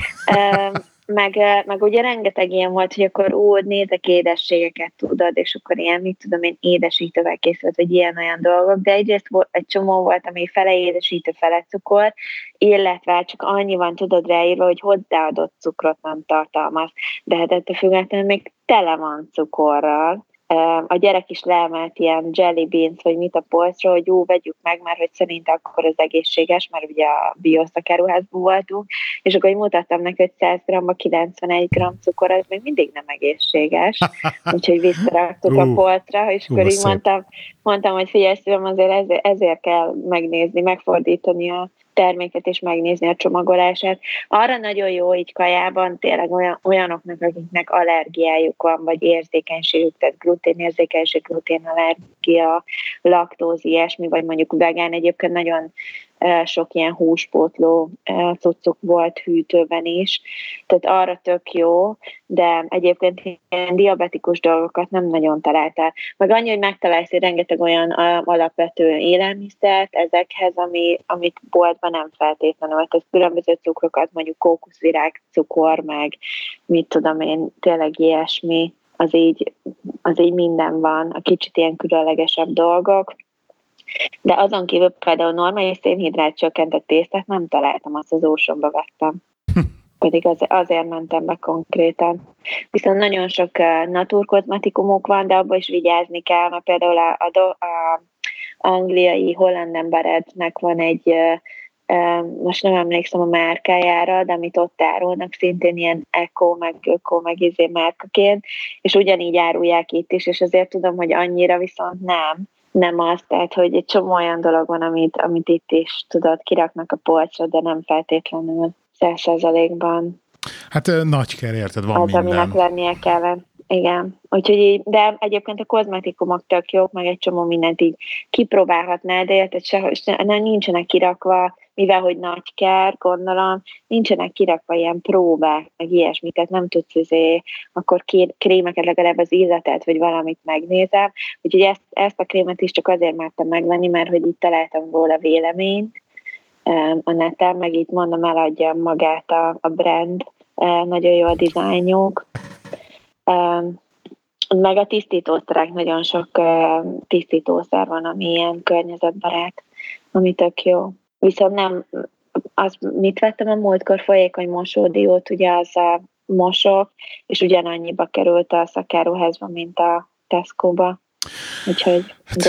Meg ugye rengeteg ilyen volt, hogy akkor nézek édességeket, tudod, és akkor ilyen, mit tudom én, édesítővel készült, vagy ilyen-olyan dolgok, de egyrészt egy csomó volt, ami fele édesítő, fele cukor, illetve csak annyi van, tudod ráírva, hogy hozzáadott cukrot nem tartalmaz, de hát ettől függetlenül még tele van cukorral. A gyerek is leemelt ilyen jelly beans, vagy mit a polcról, hogy jó, vegyük meg, mert hogy szerint akkor az egészséges, mert ugye a bioszakáruházban voltunk, és akkor így mutattam neki, hogy 100 g-ba 91 g cukor, ez még mindig nem egészséges, úgyhogy visszaraktuk a polcra, és akkor így mondtam, hogy figyelj szívem, azért ezért kell megnézni, megfordítani a terméket és megnézni a csomagolását. Arra nagyon jó így kajában tényleg olyanoknak, akiknek allergiájuk van, vagy érzékenységük, tehát gluténérzékenység, gluténallergia, laktóz, ilyesmi, vagy mondjuk vegán. Egyébként nagyon sok ilyen húspótló cuccuk volt hűtőben is, tehát arra tök jó, de egyébként ilyen diabetikus dolgokat nem nagyon találtál. Meg annyi, hogy megtalálsz rengeteg olyan alapvető élelmiszert ezekhez, amit boltban nem feltétlenül, tehát különböző cukrokat, mondjuk kókuszvirág cukor, meg mit tudom én, tényleg ilyesmi, az így minden van, a kicsit ilyen különlegesebb dolgok. De azon kívül például normális szénhidrát csökkentett tésztát nem találtam, azt az Oceanba vettem. Pedig azért mentem be konkrétan. Viszont nagyon sok naturkozmetikumok van, de abban is vigyázni kell, mert például a angliai Holland & Barrettnek van egy, most nem emlékszem a márkájára, de amit ott árulnak, szintén ilyen eko, meg márkaként, és ugyanígy árulják itt is, és azért tudom, hogy annyira viszont nem az, tehát, hogy egy csomó olyan dolog van, amit itt is, tudod, kiraknak a polcra, de nem feltétlenül 100%-ban. Hát nagy kell, érted, van az, minden. Aminek lennie kellene. Igen. Úgyhogy de egyébként a kozmetikumok tök jók, meg egy csomó mindent így kipróbálhatnád, de érted, nincsenek kirakva, mivel hogy nagy kár, gondolom, nincsenek kirakva ilyen próbák, meg ilyesmit, tehát nem tudsz akkor krémeket, legalább az illatet, vagy valamit megnézem. Úgyhogy ezt a krémet is csak azért mertem megvenni, mert hogy itt találtam róla véleményt a neten, meg itt mondom, eladja magát a brand, nagyon jó a dizájnjuk. Meg a tisztítószerek, nagyon sok tisztítószer van, ami ilyen környezetbarát, ami tök jó. Viszont nem, mit vettem a múltkor, folyékony mosódiót, ugye az a mosok, és ugyanannyiba került a szakáruházba, mint a Tesco-ba. Úgyhogy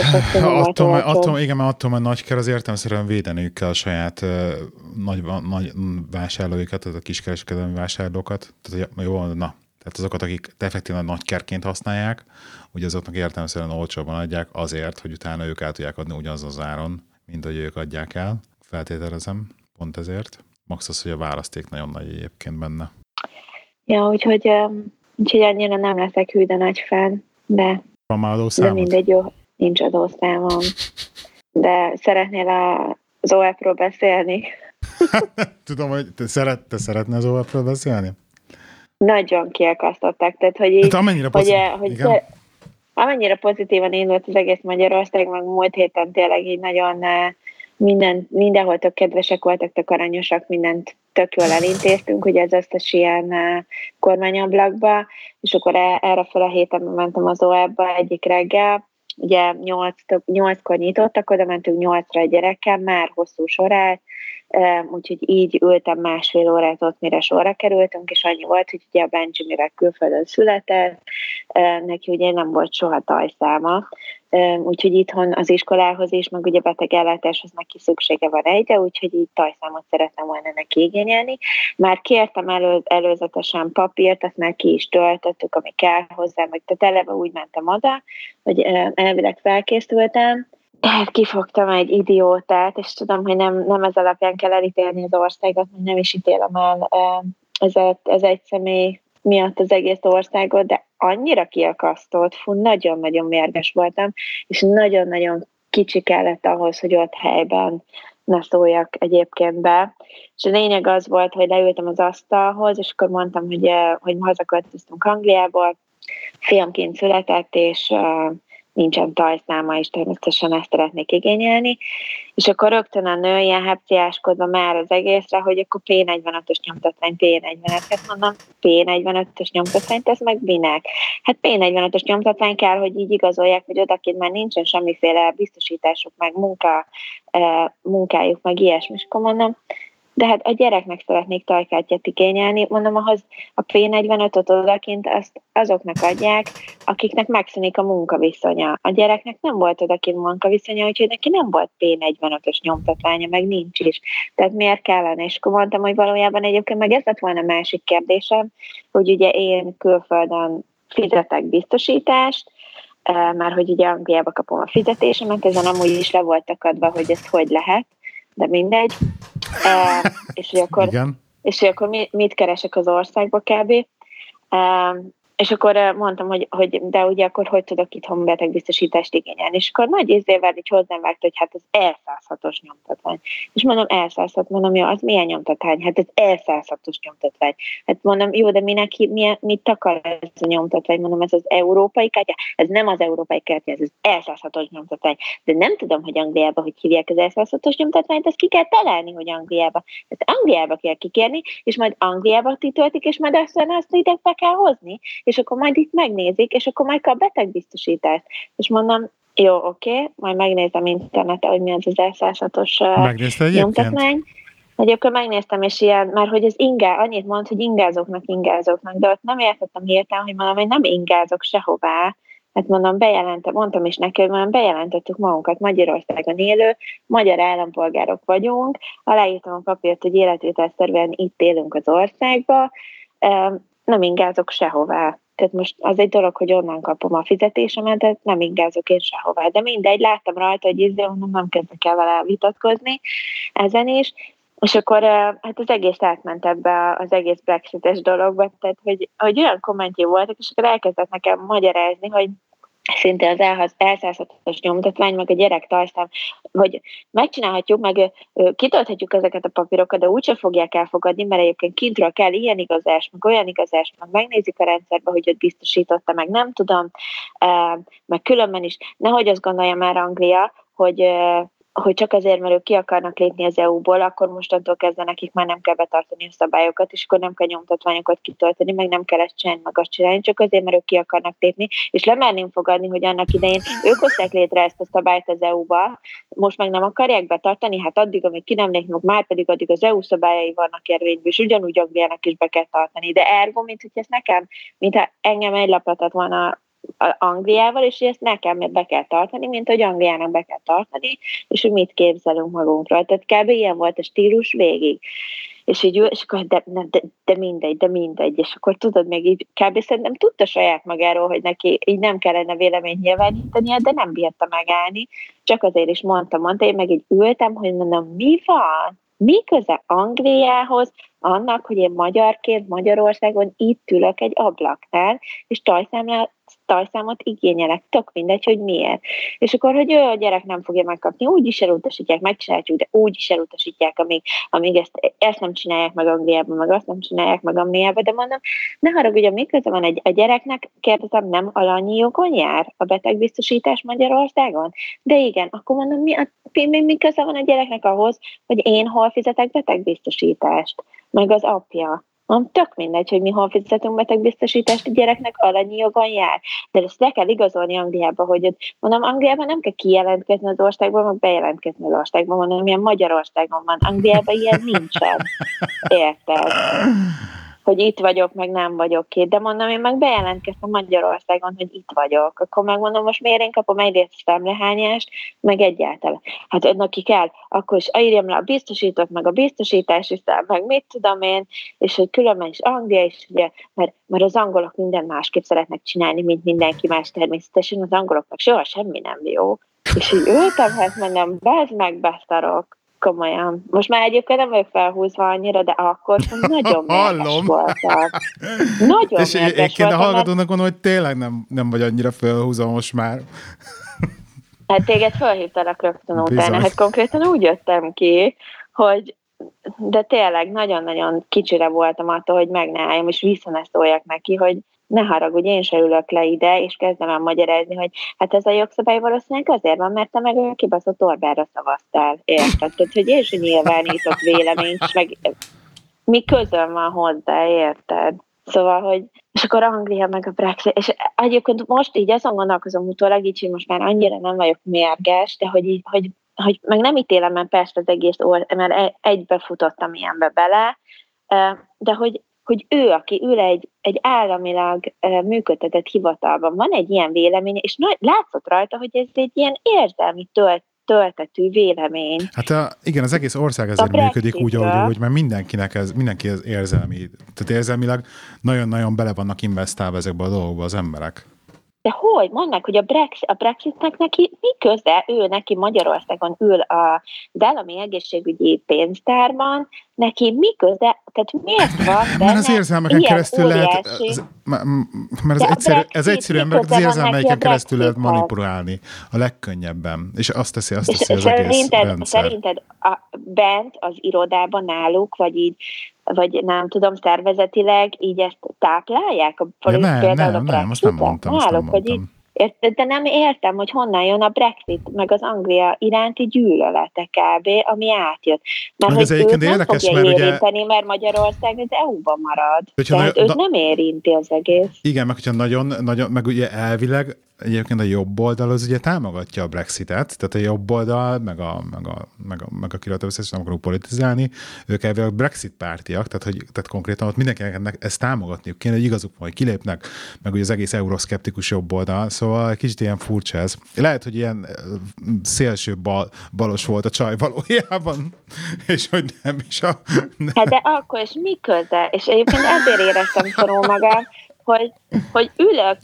attól már nagy kell, az értelemszerűen védeniük kell a saját nagy vásárlóikat, tehát a kiskereskedelmi vásárlókat. Tehát jó, na. Tehát azokat, akik effektíven nagy kerként használják, ugye azoknak értelemszerűen olcsóban adják azért, hogy utána ők el tudják adni ugyanaz az áron, mint hogy ők adják el. Feltételezem, pont ezért. Max az, hogy a választék nagyon nagy egyébként benne. Ja, úgyhogy annyira nem leszek hű, de nagy fan, de Van már De adószámod? mindegy, jó, nincs adószámom. De szeretnél az OF-ról beszélni? Tudom, hogy te szeretnél az OF-ről beszélni? Nagyon kiakasztották, tehát hogy így, Hát amennyire igen. Amennyire pozitívan indult az egész Magyarország, meg múlt héten tényleg így nagyon mindenhol tök kedvesek voltak, tök aranyosak, mindent tök jól elintéztünk, ugye az összes ilyen kormányablakba, és akkor erre fel a héten mentem az OE-ba egyik reggel, ugye 8-kor nyitottak, oda mentünk 8-ra a gyerekkel, már hosszú sorát, úgyhogy így ültem másfél órát ott, mire sorra kerültünk, és annyi volt, hogy ugye a Benji, mire külföldön született, neki ugye nem volt soha tajszáma, úgyhogy itthon az iskolához is, meg ugye betegellátáshoz neki szüksége van egyre, úgyhogy így tajszámot szeretném volna neki igényelni. Már kértem előzetesen papírt, azt már ki is töltöttük, ami kell hozzá, meg tehát eleve úgy mentem oda, hogy elvileg felkészültem, tehát kifogtam egy idiótát, és tudom, hogy nem ez alapján kell elítélni az országot, hogy nem is ítélem el ez egy személy miatt az egész országot, de annyira kiakasztott, nagyon-nagyon mérges voltam, és nagyon-nagyon kicsi kellett ahhoz, hogy ott helyben ne szóljak egyébként be. És a lényeg az volt, hogy leültem az asztalhoz, és akkor mondtam, hogy hazaköltöztünk Angliából, fiam kint született, és nincsen tajszáma, és természetesen ezt szeretnék igényelni. És akkor rögtön a nő ilyen hepciáskodva már az egészre, hogy akkor P45-ös nyomtatvány, P45-et mondom, P45-ös nyomtatványt, ez meg minek? Hát P45-ös nyomtatvány kell, hogy így igazolják, hogy odakint már nincsen semmiféle biztosításuk, meg munkájuk, meg ilyesmi. És akkor mondom, de hát a gyereknek szeretnék tajkártyát igényelni, mondom, ahhoz a P45-öt odakint azt azoknak adják, akiknek megszűnik a munkaviszonya. A gyereknek nem volt odakint munkaviszonya, úgyhogy neki nem volt P45-ös nyomtatványa, meg nincs is. Tehát miért kellene? És akkor mondtam, hogy valójában egyébként meg ez lett volna a másik kérdésem, hogy ugye én külföldön fizetek biztosítást, már hogy ugye Angliába kapom a fizetésemet, ezen amúgy is le voltak adva, hogy ez hogy lehet, de mindegy. És hogy akkor mit keresek az országba kb. És akkor mondtam, hogy de ugye akkor hogy tudok itthon betegbiztosítást igényelni. És akkor nagy ízével így hozzám vágta, hogy hát az E106-os nyomtatvány. És mondom, E106, mondom, jó, az milyen nyomtatvány? Hát ez E106-os nyomtatvány. Hát mondom, jó, de mit akar ez a nyomtatvány? Mondom, ez az európai kártya? Ez nem az európai kártya, ez az E106-os nyomtatvány. De nem tudom, hogy Angliában hogy hívják az E106-os nyomtatványt, ezt ki kell találni, hogy Angliába. Tehát Angliába kell kikérni, és majd Angliába titöltik, és majd azt ide be kell hozni, és akkor majd itt megnézik, és akkor majd kap betegbiztosítást. És mondom, jó, oké, majd megnézem interneten, hogy mi az E106-os nyomtatvány. Egyébként megnéztem, és ilyen, mert hogy az annyit mond, hogy ingázóknak, de ott nem értettem hirtelen, hogy mondom, hogy nem ingázok sehová. Hát mondom, mondtam is neki, hogy mondom, bejelentettük magunkat Magyarországon élő, magyar állampolgárok vagyunk, aláírtam a papírt, hogy életvételszerűen itt élünk az országba, nem ingázok sehová. Tehát most az egy dolog, hogy onnan kapom a fizetésemet, de nem ingázok én sehová. De mindegy, láttam rajta, hogy nem kezdek el vele vitatkozni ezen is. És akkor hát az egész átment ebbe az egész Brexit-es dologba, tehát hogy olyan kommentjé voltak, és akkor elkezdett nekem magyarázni, hogy szinte az elszállhatatos nyomtatvány, meg a gyerek tajszám, vagy megcsinálhatjuk, meg kitölthetjük ezeket a papírokat, de úgyse fogják elfogadni, mert egyébként kintről kell ilyen igazás, meg olyan igazás, meg megnézik a rendszerbe, hogy ott biztosította, meg nem tudom, meg különben is, nehogy azt gondolja már Anglia, hogy csak azért, mert ők ki akarnak lépni az EU-ból, akkor mostantól kezdve nekik már nem kell betartani a szabályokat, és akkor nem kell nyomtatványokat kitölteni, meg nem kell ezt csinálni, meg azt csinálni, csak azért, mert ők ki akarnak lépni, és lemerném fogadni, hogy annak idején ők hozták létre ezt a szabályt az EU-ba, most meg nem akarják betartani, hát addig, amíg ki nem lépnek, már pedig addig az EU szabályai vannak érvényben, és ugyanúgy Angliának is be kell tartani. De ergo, mint hogy ez nekem, mintha engem egy lapot volna Angliával, és ezt nekem be kell tartani, mint hogy Angliának be kell tartani, és hogy mit képzelünk magunkról. Tehát kb. Ilyen volt a stílus végig. És így és akkor de mindegy. És akkor tudod, még így kb. Szerintem tudta saját magáról, hogy neki így nem kellene véleményt nyilvánítania, de nem bírta megállni. Csak azért is mondta, én meg így ültem, hogy mondom, mi van? Mi köze Angliához, annak, hogy én magyarként Magyarországon itt ülök egy ablaknál, és tajszámot igényelek, tök mindegy, hogy miért. És akkor, hogy ő a gyerek nem fogja megkapni, úgy is elutasítják, megcsináljuk, de úgy is elutasítják, amíg ezt nem csinálják meg Angliában, meg azt nem csinálják meg Angliában, de mondom, ne haragudjon, mi köze van a gyereknek, kérdezem, nem alanyi jogon jár a betegbiztosítás Magyarországon? De igen, akkor mondom, mi köze van a gyereknek ahhoz, hogy én hol fizetek betegbiztosítást, meg az apja. Tök mindegy, hogy mi hol fizetünk betegbiztosítást, a gyereknek alanyi jogon jár. De ezt le kell igazolni Angliába, hogy mondom, Angliában nem kell kijelentkezni az országban, meg bejelentkezni az országban, mondom, milyen Magyarországon van. Angliában ilyen nincsen. Érted? Hogy itt vagyok, meg nem vagyok ki. De mondom, én meg bejelentkeztem Magyarországon, hogy itt vagyok. Akkor megmondom, most miért én kapom egyrészt a szemrehányást, meg egyáltalán. Hát neki kell, akkor is írjam le a biztosítót, meg a biztosítási szám, meg mit tudom én, és hogy különben is Anglia is, ugye, mert az angolok minden másképp szeretnek csinálni, mint mindenki más természetesen, az angoloknak soha semmi nem jó. És így ültem, hát mondom, bezd meg, beszarok. Komolyan. Most már egyébként nem vagyok felhúzva annyira, de akkor nagyon mérges voltam. Nagyon és mérges én a voltam. hallgatónak gondolom, hogy tényleg nem vagy annyira felhúzva most már. Hát téged felhívtalak rögtön Bizony. utána. Hát konkrétan úgy jöttem ki, hogy de tényleg nagyon-nagyon kicsire voltam attól, hogy meg ne álljam, és vissza ne szóljak neki, hogy ne haragudj, én se ülök le ide, és kezdem el magyarázni, hogy hát ez a jogszabály valószínűleg azért van, mert te meg olyan kibaszott Orbánra szavaztál, érted? Tehát, hogy én sem nyilvánítok véleményt, és meg mi közöm van hozzá, érted? Szóval, hogy és akkor Anglia meg a Brexit, és egyébként most így azon gondolkozom utólag, így, hogy most már annyira nem vagyok mérges, de hogy meg nem ítélem meg persze az egész mert egybe futottam ilyenbe bele, de hogy ő, aki ül egy államilag működtetett hivatalban, van egy ilyen vélemény, és látszott rajta, hogy ez egy ilyen érzelmi töltetű vélemény. Hát igen, az egész ország ezért működik úgy, ahogy már mindenki az érzelmi, tehát érzelmileg nagyon-nagyon bele vannak investálva ezekbe a dolgokba az emberek. De hogy? Mondd meg, hogy a Brexitnek neki mi köze, ő neki Magyarországon ül az állami egészségügyi pénztárban, neki mi köze, tehát miért van benne mert az érzelmeken keresztül lehet, mert ez egyszerű ember, az érzelmeiken keresztül lehet manipulálni a legkönnyebben, és azt teszi az egész rendszer. Szerinted bent az irodában náluk, vagy nem tudom, szervezetileg így ezt táplálják? Nem, azt nem mondtam. De nem értem, hogy honnan jön a Brexit, meg az Anglia iránti gyűlölete kb., ami átjött. Mert hogy őt nem fogja érinteni, mert Magyarország az EU-ban marad. Tehát őt nem érinti az egész. Igen, meg hogyha nagyon, meg ugye elvileg egyébként a jobb oldal az ugye támogatja a Brexitet, tehát a jobb oldal, meg a kiratőszes, nem akarunk politizálni, ők elvileg Brexit pártiak, tehát konkrétan ott mindenkinek ezt támogatniuk kéne, hogy igazuk van, hogy kilépnek, meg ugye az egész euroszkeptikus jobb oldal, szóval kicsit ilyen furcsa ez. Lehet, hogy ilyen szélső balos volt a csaj valójában, és hogy nem is Hát de akkor is mi köze? És egyébként ezért éreztem szorul magam, hogy ülök,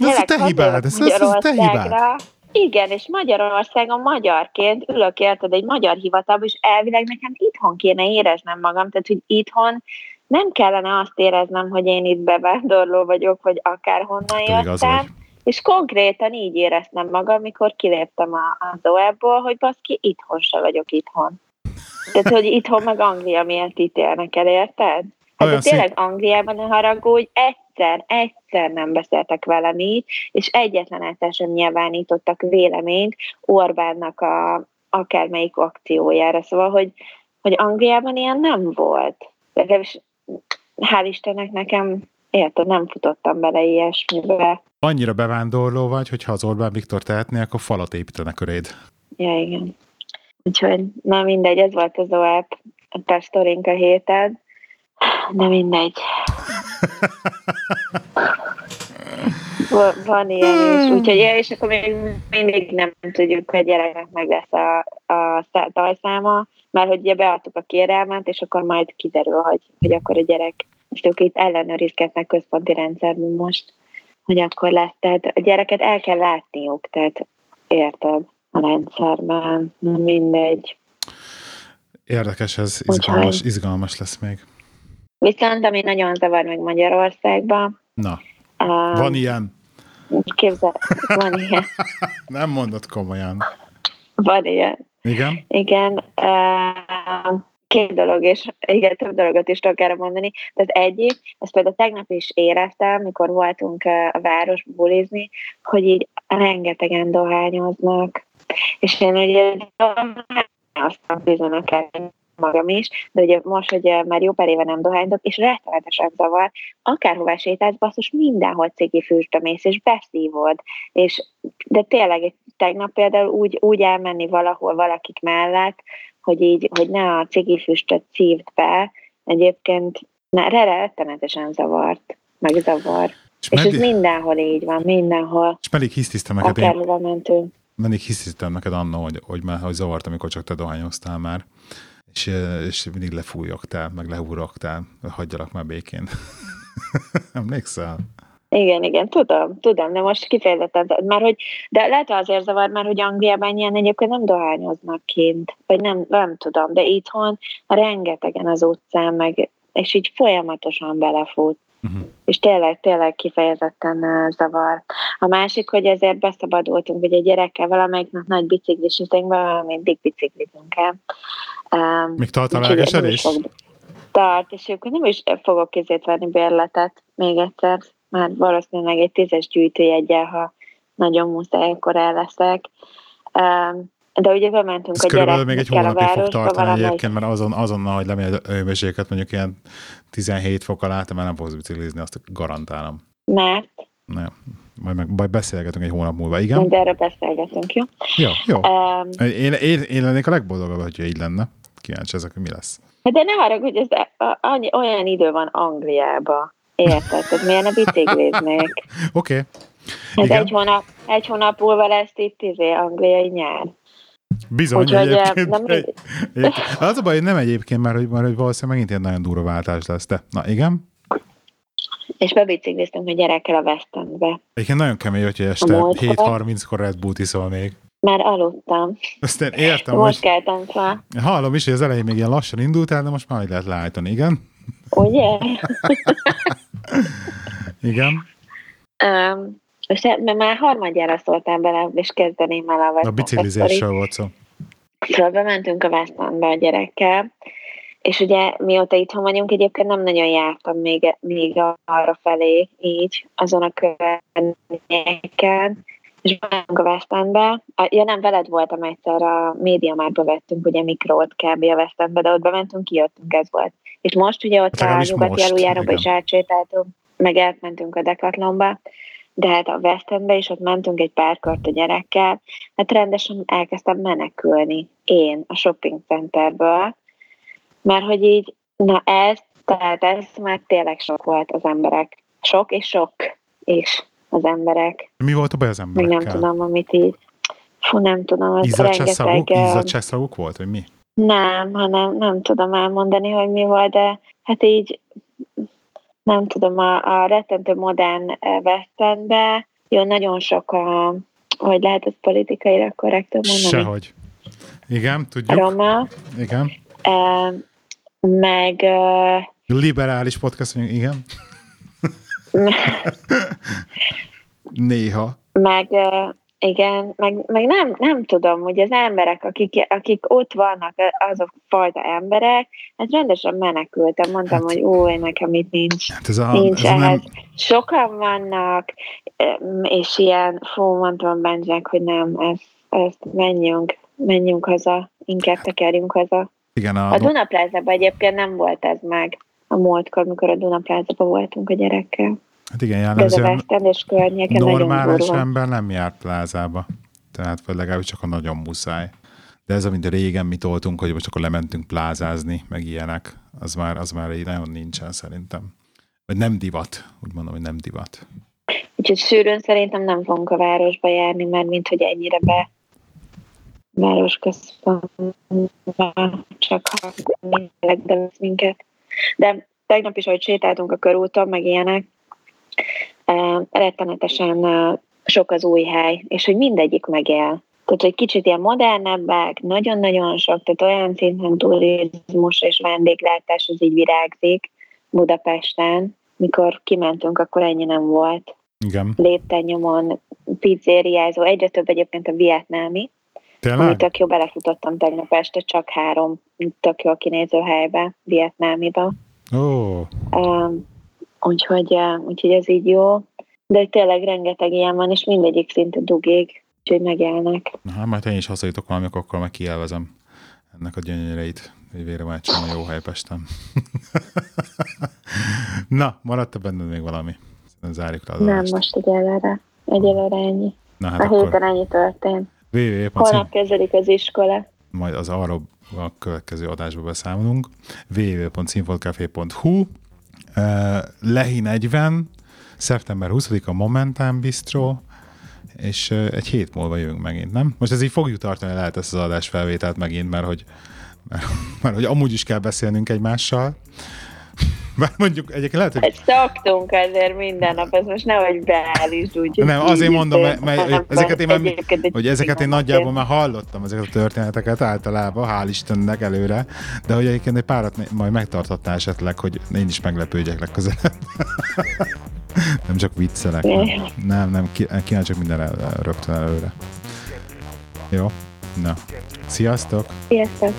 Magyarországra. Igen, és Magyarországon magyarként ülök, érted, egy magyar hivatalban, és elvileg nekem itthon kéne éreznem magam, tehát, hogy itthon nem kellene azt éreznem, hogy én itt bevándorló vagyok, vagy akárhonnan jöttem, és konkrétan így éreztem magam, amikor kiléptem az OE-ból, hogy baszki, itthon se vagyok itthon. Tehát, hogy itthon meg Anglia miért ítélnek el, érted? Hát tényleg Angliában, ne haragudj, egyszer nem beszéltek velem így, és egyetlen egyszer sem nyilvánítottak véleményt Orbánnak akármelyik akciójára. Szóval, hogy Angliában ilyen nem volt. Legalábbis hál' Istennek nekem, érted, nem futottam bele ilyesmibe. Annyira bevándorló vagy, hogyha az Orbán Viktor tehetné, akkor falat építene köréd. Ja, igen. Úgyhogy, na mindegy, ez volt az OAP, a tesztorink a héten. De mindegy. Van ilyen is. Úgyhogy és akkor még mindig nem tudjuk, hogy a gyereknek meg lesz a tajszáma, mert hogy ugye beadtuk a kérelmet, és akkor majd kiderül, hogy akkor a gyerek, és ők itt ellenőrizgetnek központi rendszerben most, hogy akkor lesz. Tehát a gyereket el kell látniuk, tehát érted a rendszerben. Mindegy. Érdekes, ez izgalmas lesz még. Viszont ami nagyon zavar meg Magyarországban, Na, van ilyen? Képzel, van ilyen. Nem mondod komolyan. Van ilyen. Igen? Igen. Két dolog, és igen, több dologot is tudok erre mondani. De az egyik, ezt például tegnap is éreztem, mikor voltunk a városba bulizni, hogy így rengetegen dohányoznak. És én ugye dohányoztam bizonyokat magam is, de ugye most, hogy már jó pár éve nem dohányzok, és rettenetesen zavar, akárhová sétálsz, basszus, mindenhol cigi füstbe mész, és beszívod. De tényleg tegnap például úgy elmenni valahol valakik mellett, hogy ne a cigi füstöt szívd be, egyébként rettenetesen zavart, meg zavar. És ez mindenhol így van, mindenhol. És pedig hisztisztem neked, akárhova mentünk. Mindig hisztisztem neked annó, hogy zavart, amikor csak te dohányoztál már, és mindig lefújogtál, meg lehúrogtál, hagyjalak már békén. Emlékszel? Igen, tudom, de most kifejezetten, de lehet azért zavar, mert hogy Angliában ilyen egyébként nem dohányoznak kint, vagy nem tudom, de itthon rengetegen az utcán, meg, és így folyamatosan belefut. És tényleg kifejezetten zavar. A másik, hogy ezért beszabadultunk, hogy egy gyerekkel valamelyik nap nagy biciklisítőnkben, mindig biciklizünk el. Még tart a lelkesedés? Tart, és akkor nem is fogok kézét venni bérletet még egyszer, már valószínűleg egy 10-es gyűjtőjeggyel, ha nagyon muszáj, akkor el leszek. De ugye bementünk ez a gyerekkel körülbelül még egy hónapig fog tartani egyébként, mert azonnal, hogy lemegy a hőmérséklet mondjuk ilyen 17 fok alá, te már nem fogsz biciklizni, azt garantálom. Mert? Nem. Majd beszélgetünk egy hónap múlva, igen? De erről beszélgetünk, jó? Jó. Én lennék a legboldogabb, hogyha így lenne. Kíváncsi ezek, hogy mi lesz. De ne haragudj, hogy olyan idő van Angliában. Érted? Tehát miért ne bicikliznék? Oké. Egy hónap múlva lesz itt angliai nyár. Bizony, úgyhogy egyébként. Az a baj, hogy nem egyébként, mert hogy valószínűleg megint ilyen nagyon durva váltás lesz. De, na igen. És bebicikliztünk a gyerekkel a West Endbe. Egyébként nagyon kemény, hogy este 7:30-kor Red Bull iszol még. Már aludtam. Azt én értem, most keltem fel. Hallom is, hogy az elején még ilyen lassan indultál, de most már lehet leállítani, igen? Ugye? Igen. Mert már harmadjára szóltál bele, és kezdeném el a West End. A biciklizésről volt szó. Szóval bementünk a West Endbe a gyerekkel, és ugye mióta itthon vagyunk, egyébként nem nagyon jártam még arra felé így, azon a környéken, és bementünk a West Endbe. Ja nem, veled voltam egyszer, a MediaMarktba vettünk ugye mikrót kb. A West Endbe, de ott bementünk, kijöttünk, ez volt. És most ugye ott a nyugati aluljáróba is átsétáltunk, meg átmentünk a Decathlonba, de hát a West Endbe is ott mentünk egy pár kört a gyerekkel, hát rendesen elkezdtem menekülni én a shopping centerből, mert hogy így, ez már tényleg sok volt az emberek. Sok és az emberek. Mi volt a baj az emberekkel? Még nem tudom, amit így, nem tudom. Izzadságszaguk volt, vagy mi? Nem, hanem nem tudom elmondani, hogy mi volt, de hát így nem tudom, a rettentő modern West Endbe nagyon sok hogy lehet ez politikailag korrektül mondani? Sehogy. Igen, tudjuk. Roma. Igen. Meg... liberális podcast, igen. Néha. Meg... Igen, meg nem tudom, hogy az emberek, akik ott vannak, azok fajta emberek, hát rendesen menekültem, mondtam, hogy nekem itt nincs, nincs ehhez. Nem... Sokan vannak, és ilyen, mondtam Benjek, hogy nem, ezt menjünk haza, inkább tekerjünk haza. Igen, a Duna Plázában egyébként nem volt ez meg a múltkor, amikor a Duna Plázában voltunk a gyerekkel. Hát igen, jellemzően normális ember nem járt plázába. Tehát vagy legalábbis csak a nagyon muszáj. De ez, amit régen mi toltunk, hogy most akkor lementünk plázázni, meg ilyenek, az már így nagyon nincsen szerintem. Vagy nem divat. Úgy mondom, hogy nem divat. Úgyhogy sűrűn szerintem nem fogunk a városba járni, mert mint hogy ennyire városközpontban csak de minket. De tegnap is, ahogy sétáltunk a körúton, meg ilyenek, rettenetesen sok az új hely, és hogy mindegyik megél. Tehát, hogy kicsit ilyen modernebbek, nagyon-nagyon sok, tehát olyan szinten turizmus és vendéglátás az így virágzik, Budapesten, mikor kimentünk, akkor ennyi nem volt. Igen. Lépten nyomon, pizzériázó, egyre több egyébként a vietnámi. Tényleg? Ami tök jó, belefutottam tegnap este, csak 3 tök jó kinéző helybe, vietnámiba. Úgyhogy ez így jó. De tényleg rengeteg ilyen van, és mindegyik szinte dugig, úgyhogy megélnek. Na, majd én is hazajutok valamikor, akkor meg kielvezem ennek a gyönyöreit, hogy végre már csinálom a jó hely Pesten. Na, maradt-e benned még valami? Szerintem zárjuk le az Nem, adást. most egyelőre ennyi. Na, hát a akkor héten ennyi történt. www.cin... Holnap kezdődik az iskola. Majd az arról a következő adásba beszámolunk. www.cinfotcafé.hu Lehi 40, szeptember 20-a Momentán Bistro, és egy hét múlva jövünk megint, nem? Most ez így fogjuk tartani, lehet ezt az adásfelvételt megint, mert hogy amúgy is kell beszélnünk egymással. Mert mondjuk egyébként lehet, hogy... Szoktunk azért minden nap, ez most nehogy beállítsd úgy. Nem, azért mondom, mert ezeket én nagyjából már hallottam, ezeket a történeteket általában, hál' Istennek előre, de hogy egyébként egy párat majd megtarthatná esetleg, hogy én is meglepődjek legközelebb. Nem csak viccelek. Nem, kíván csak mindenre rögtön előre. Jó? Na. Sziasztok! Sziasztok!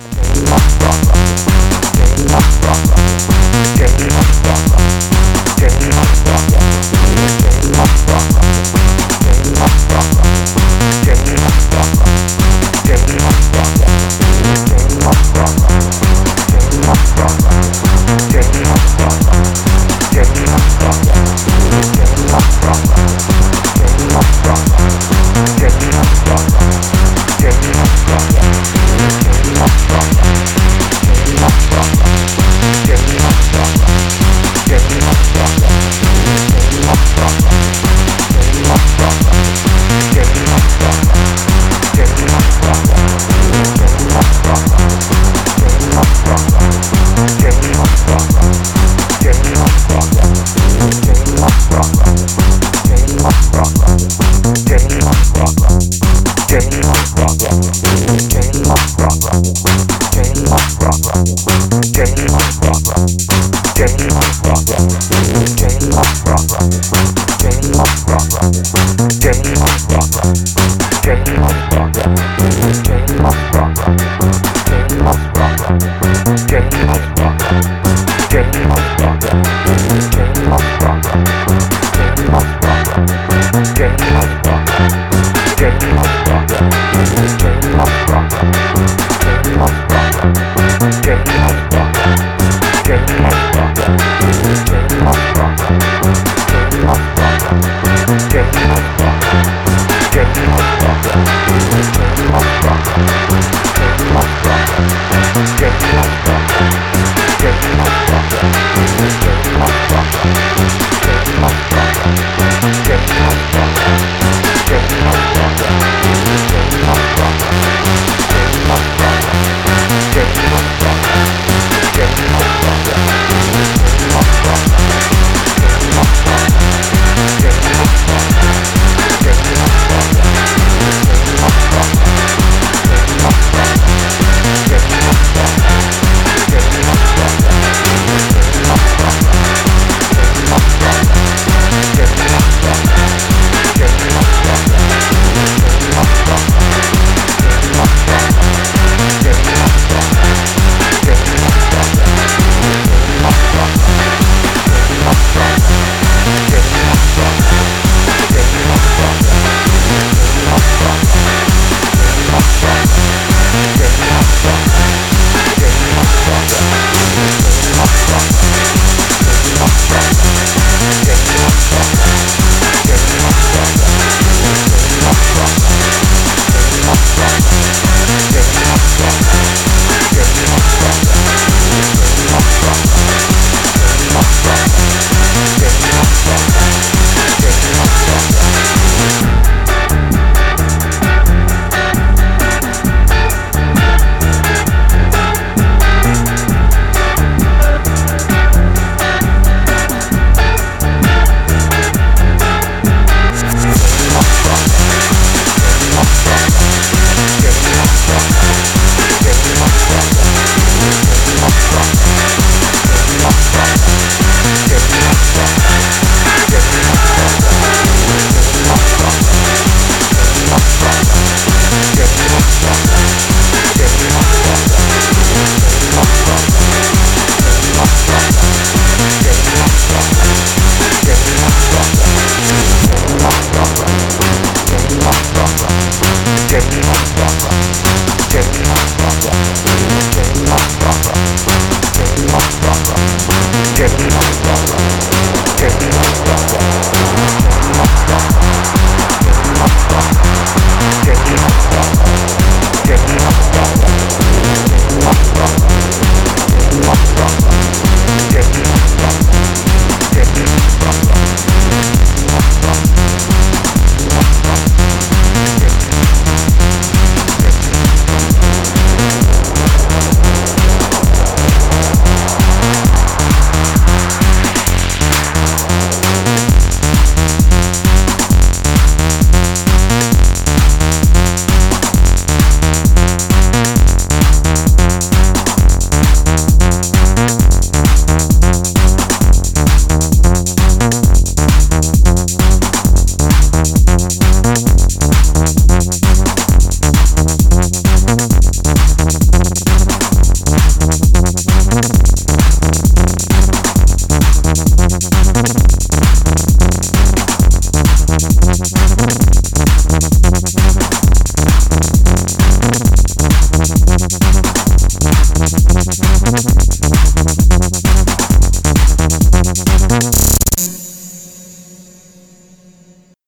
Get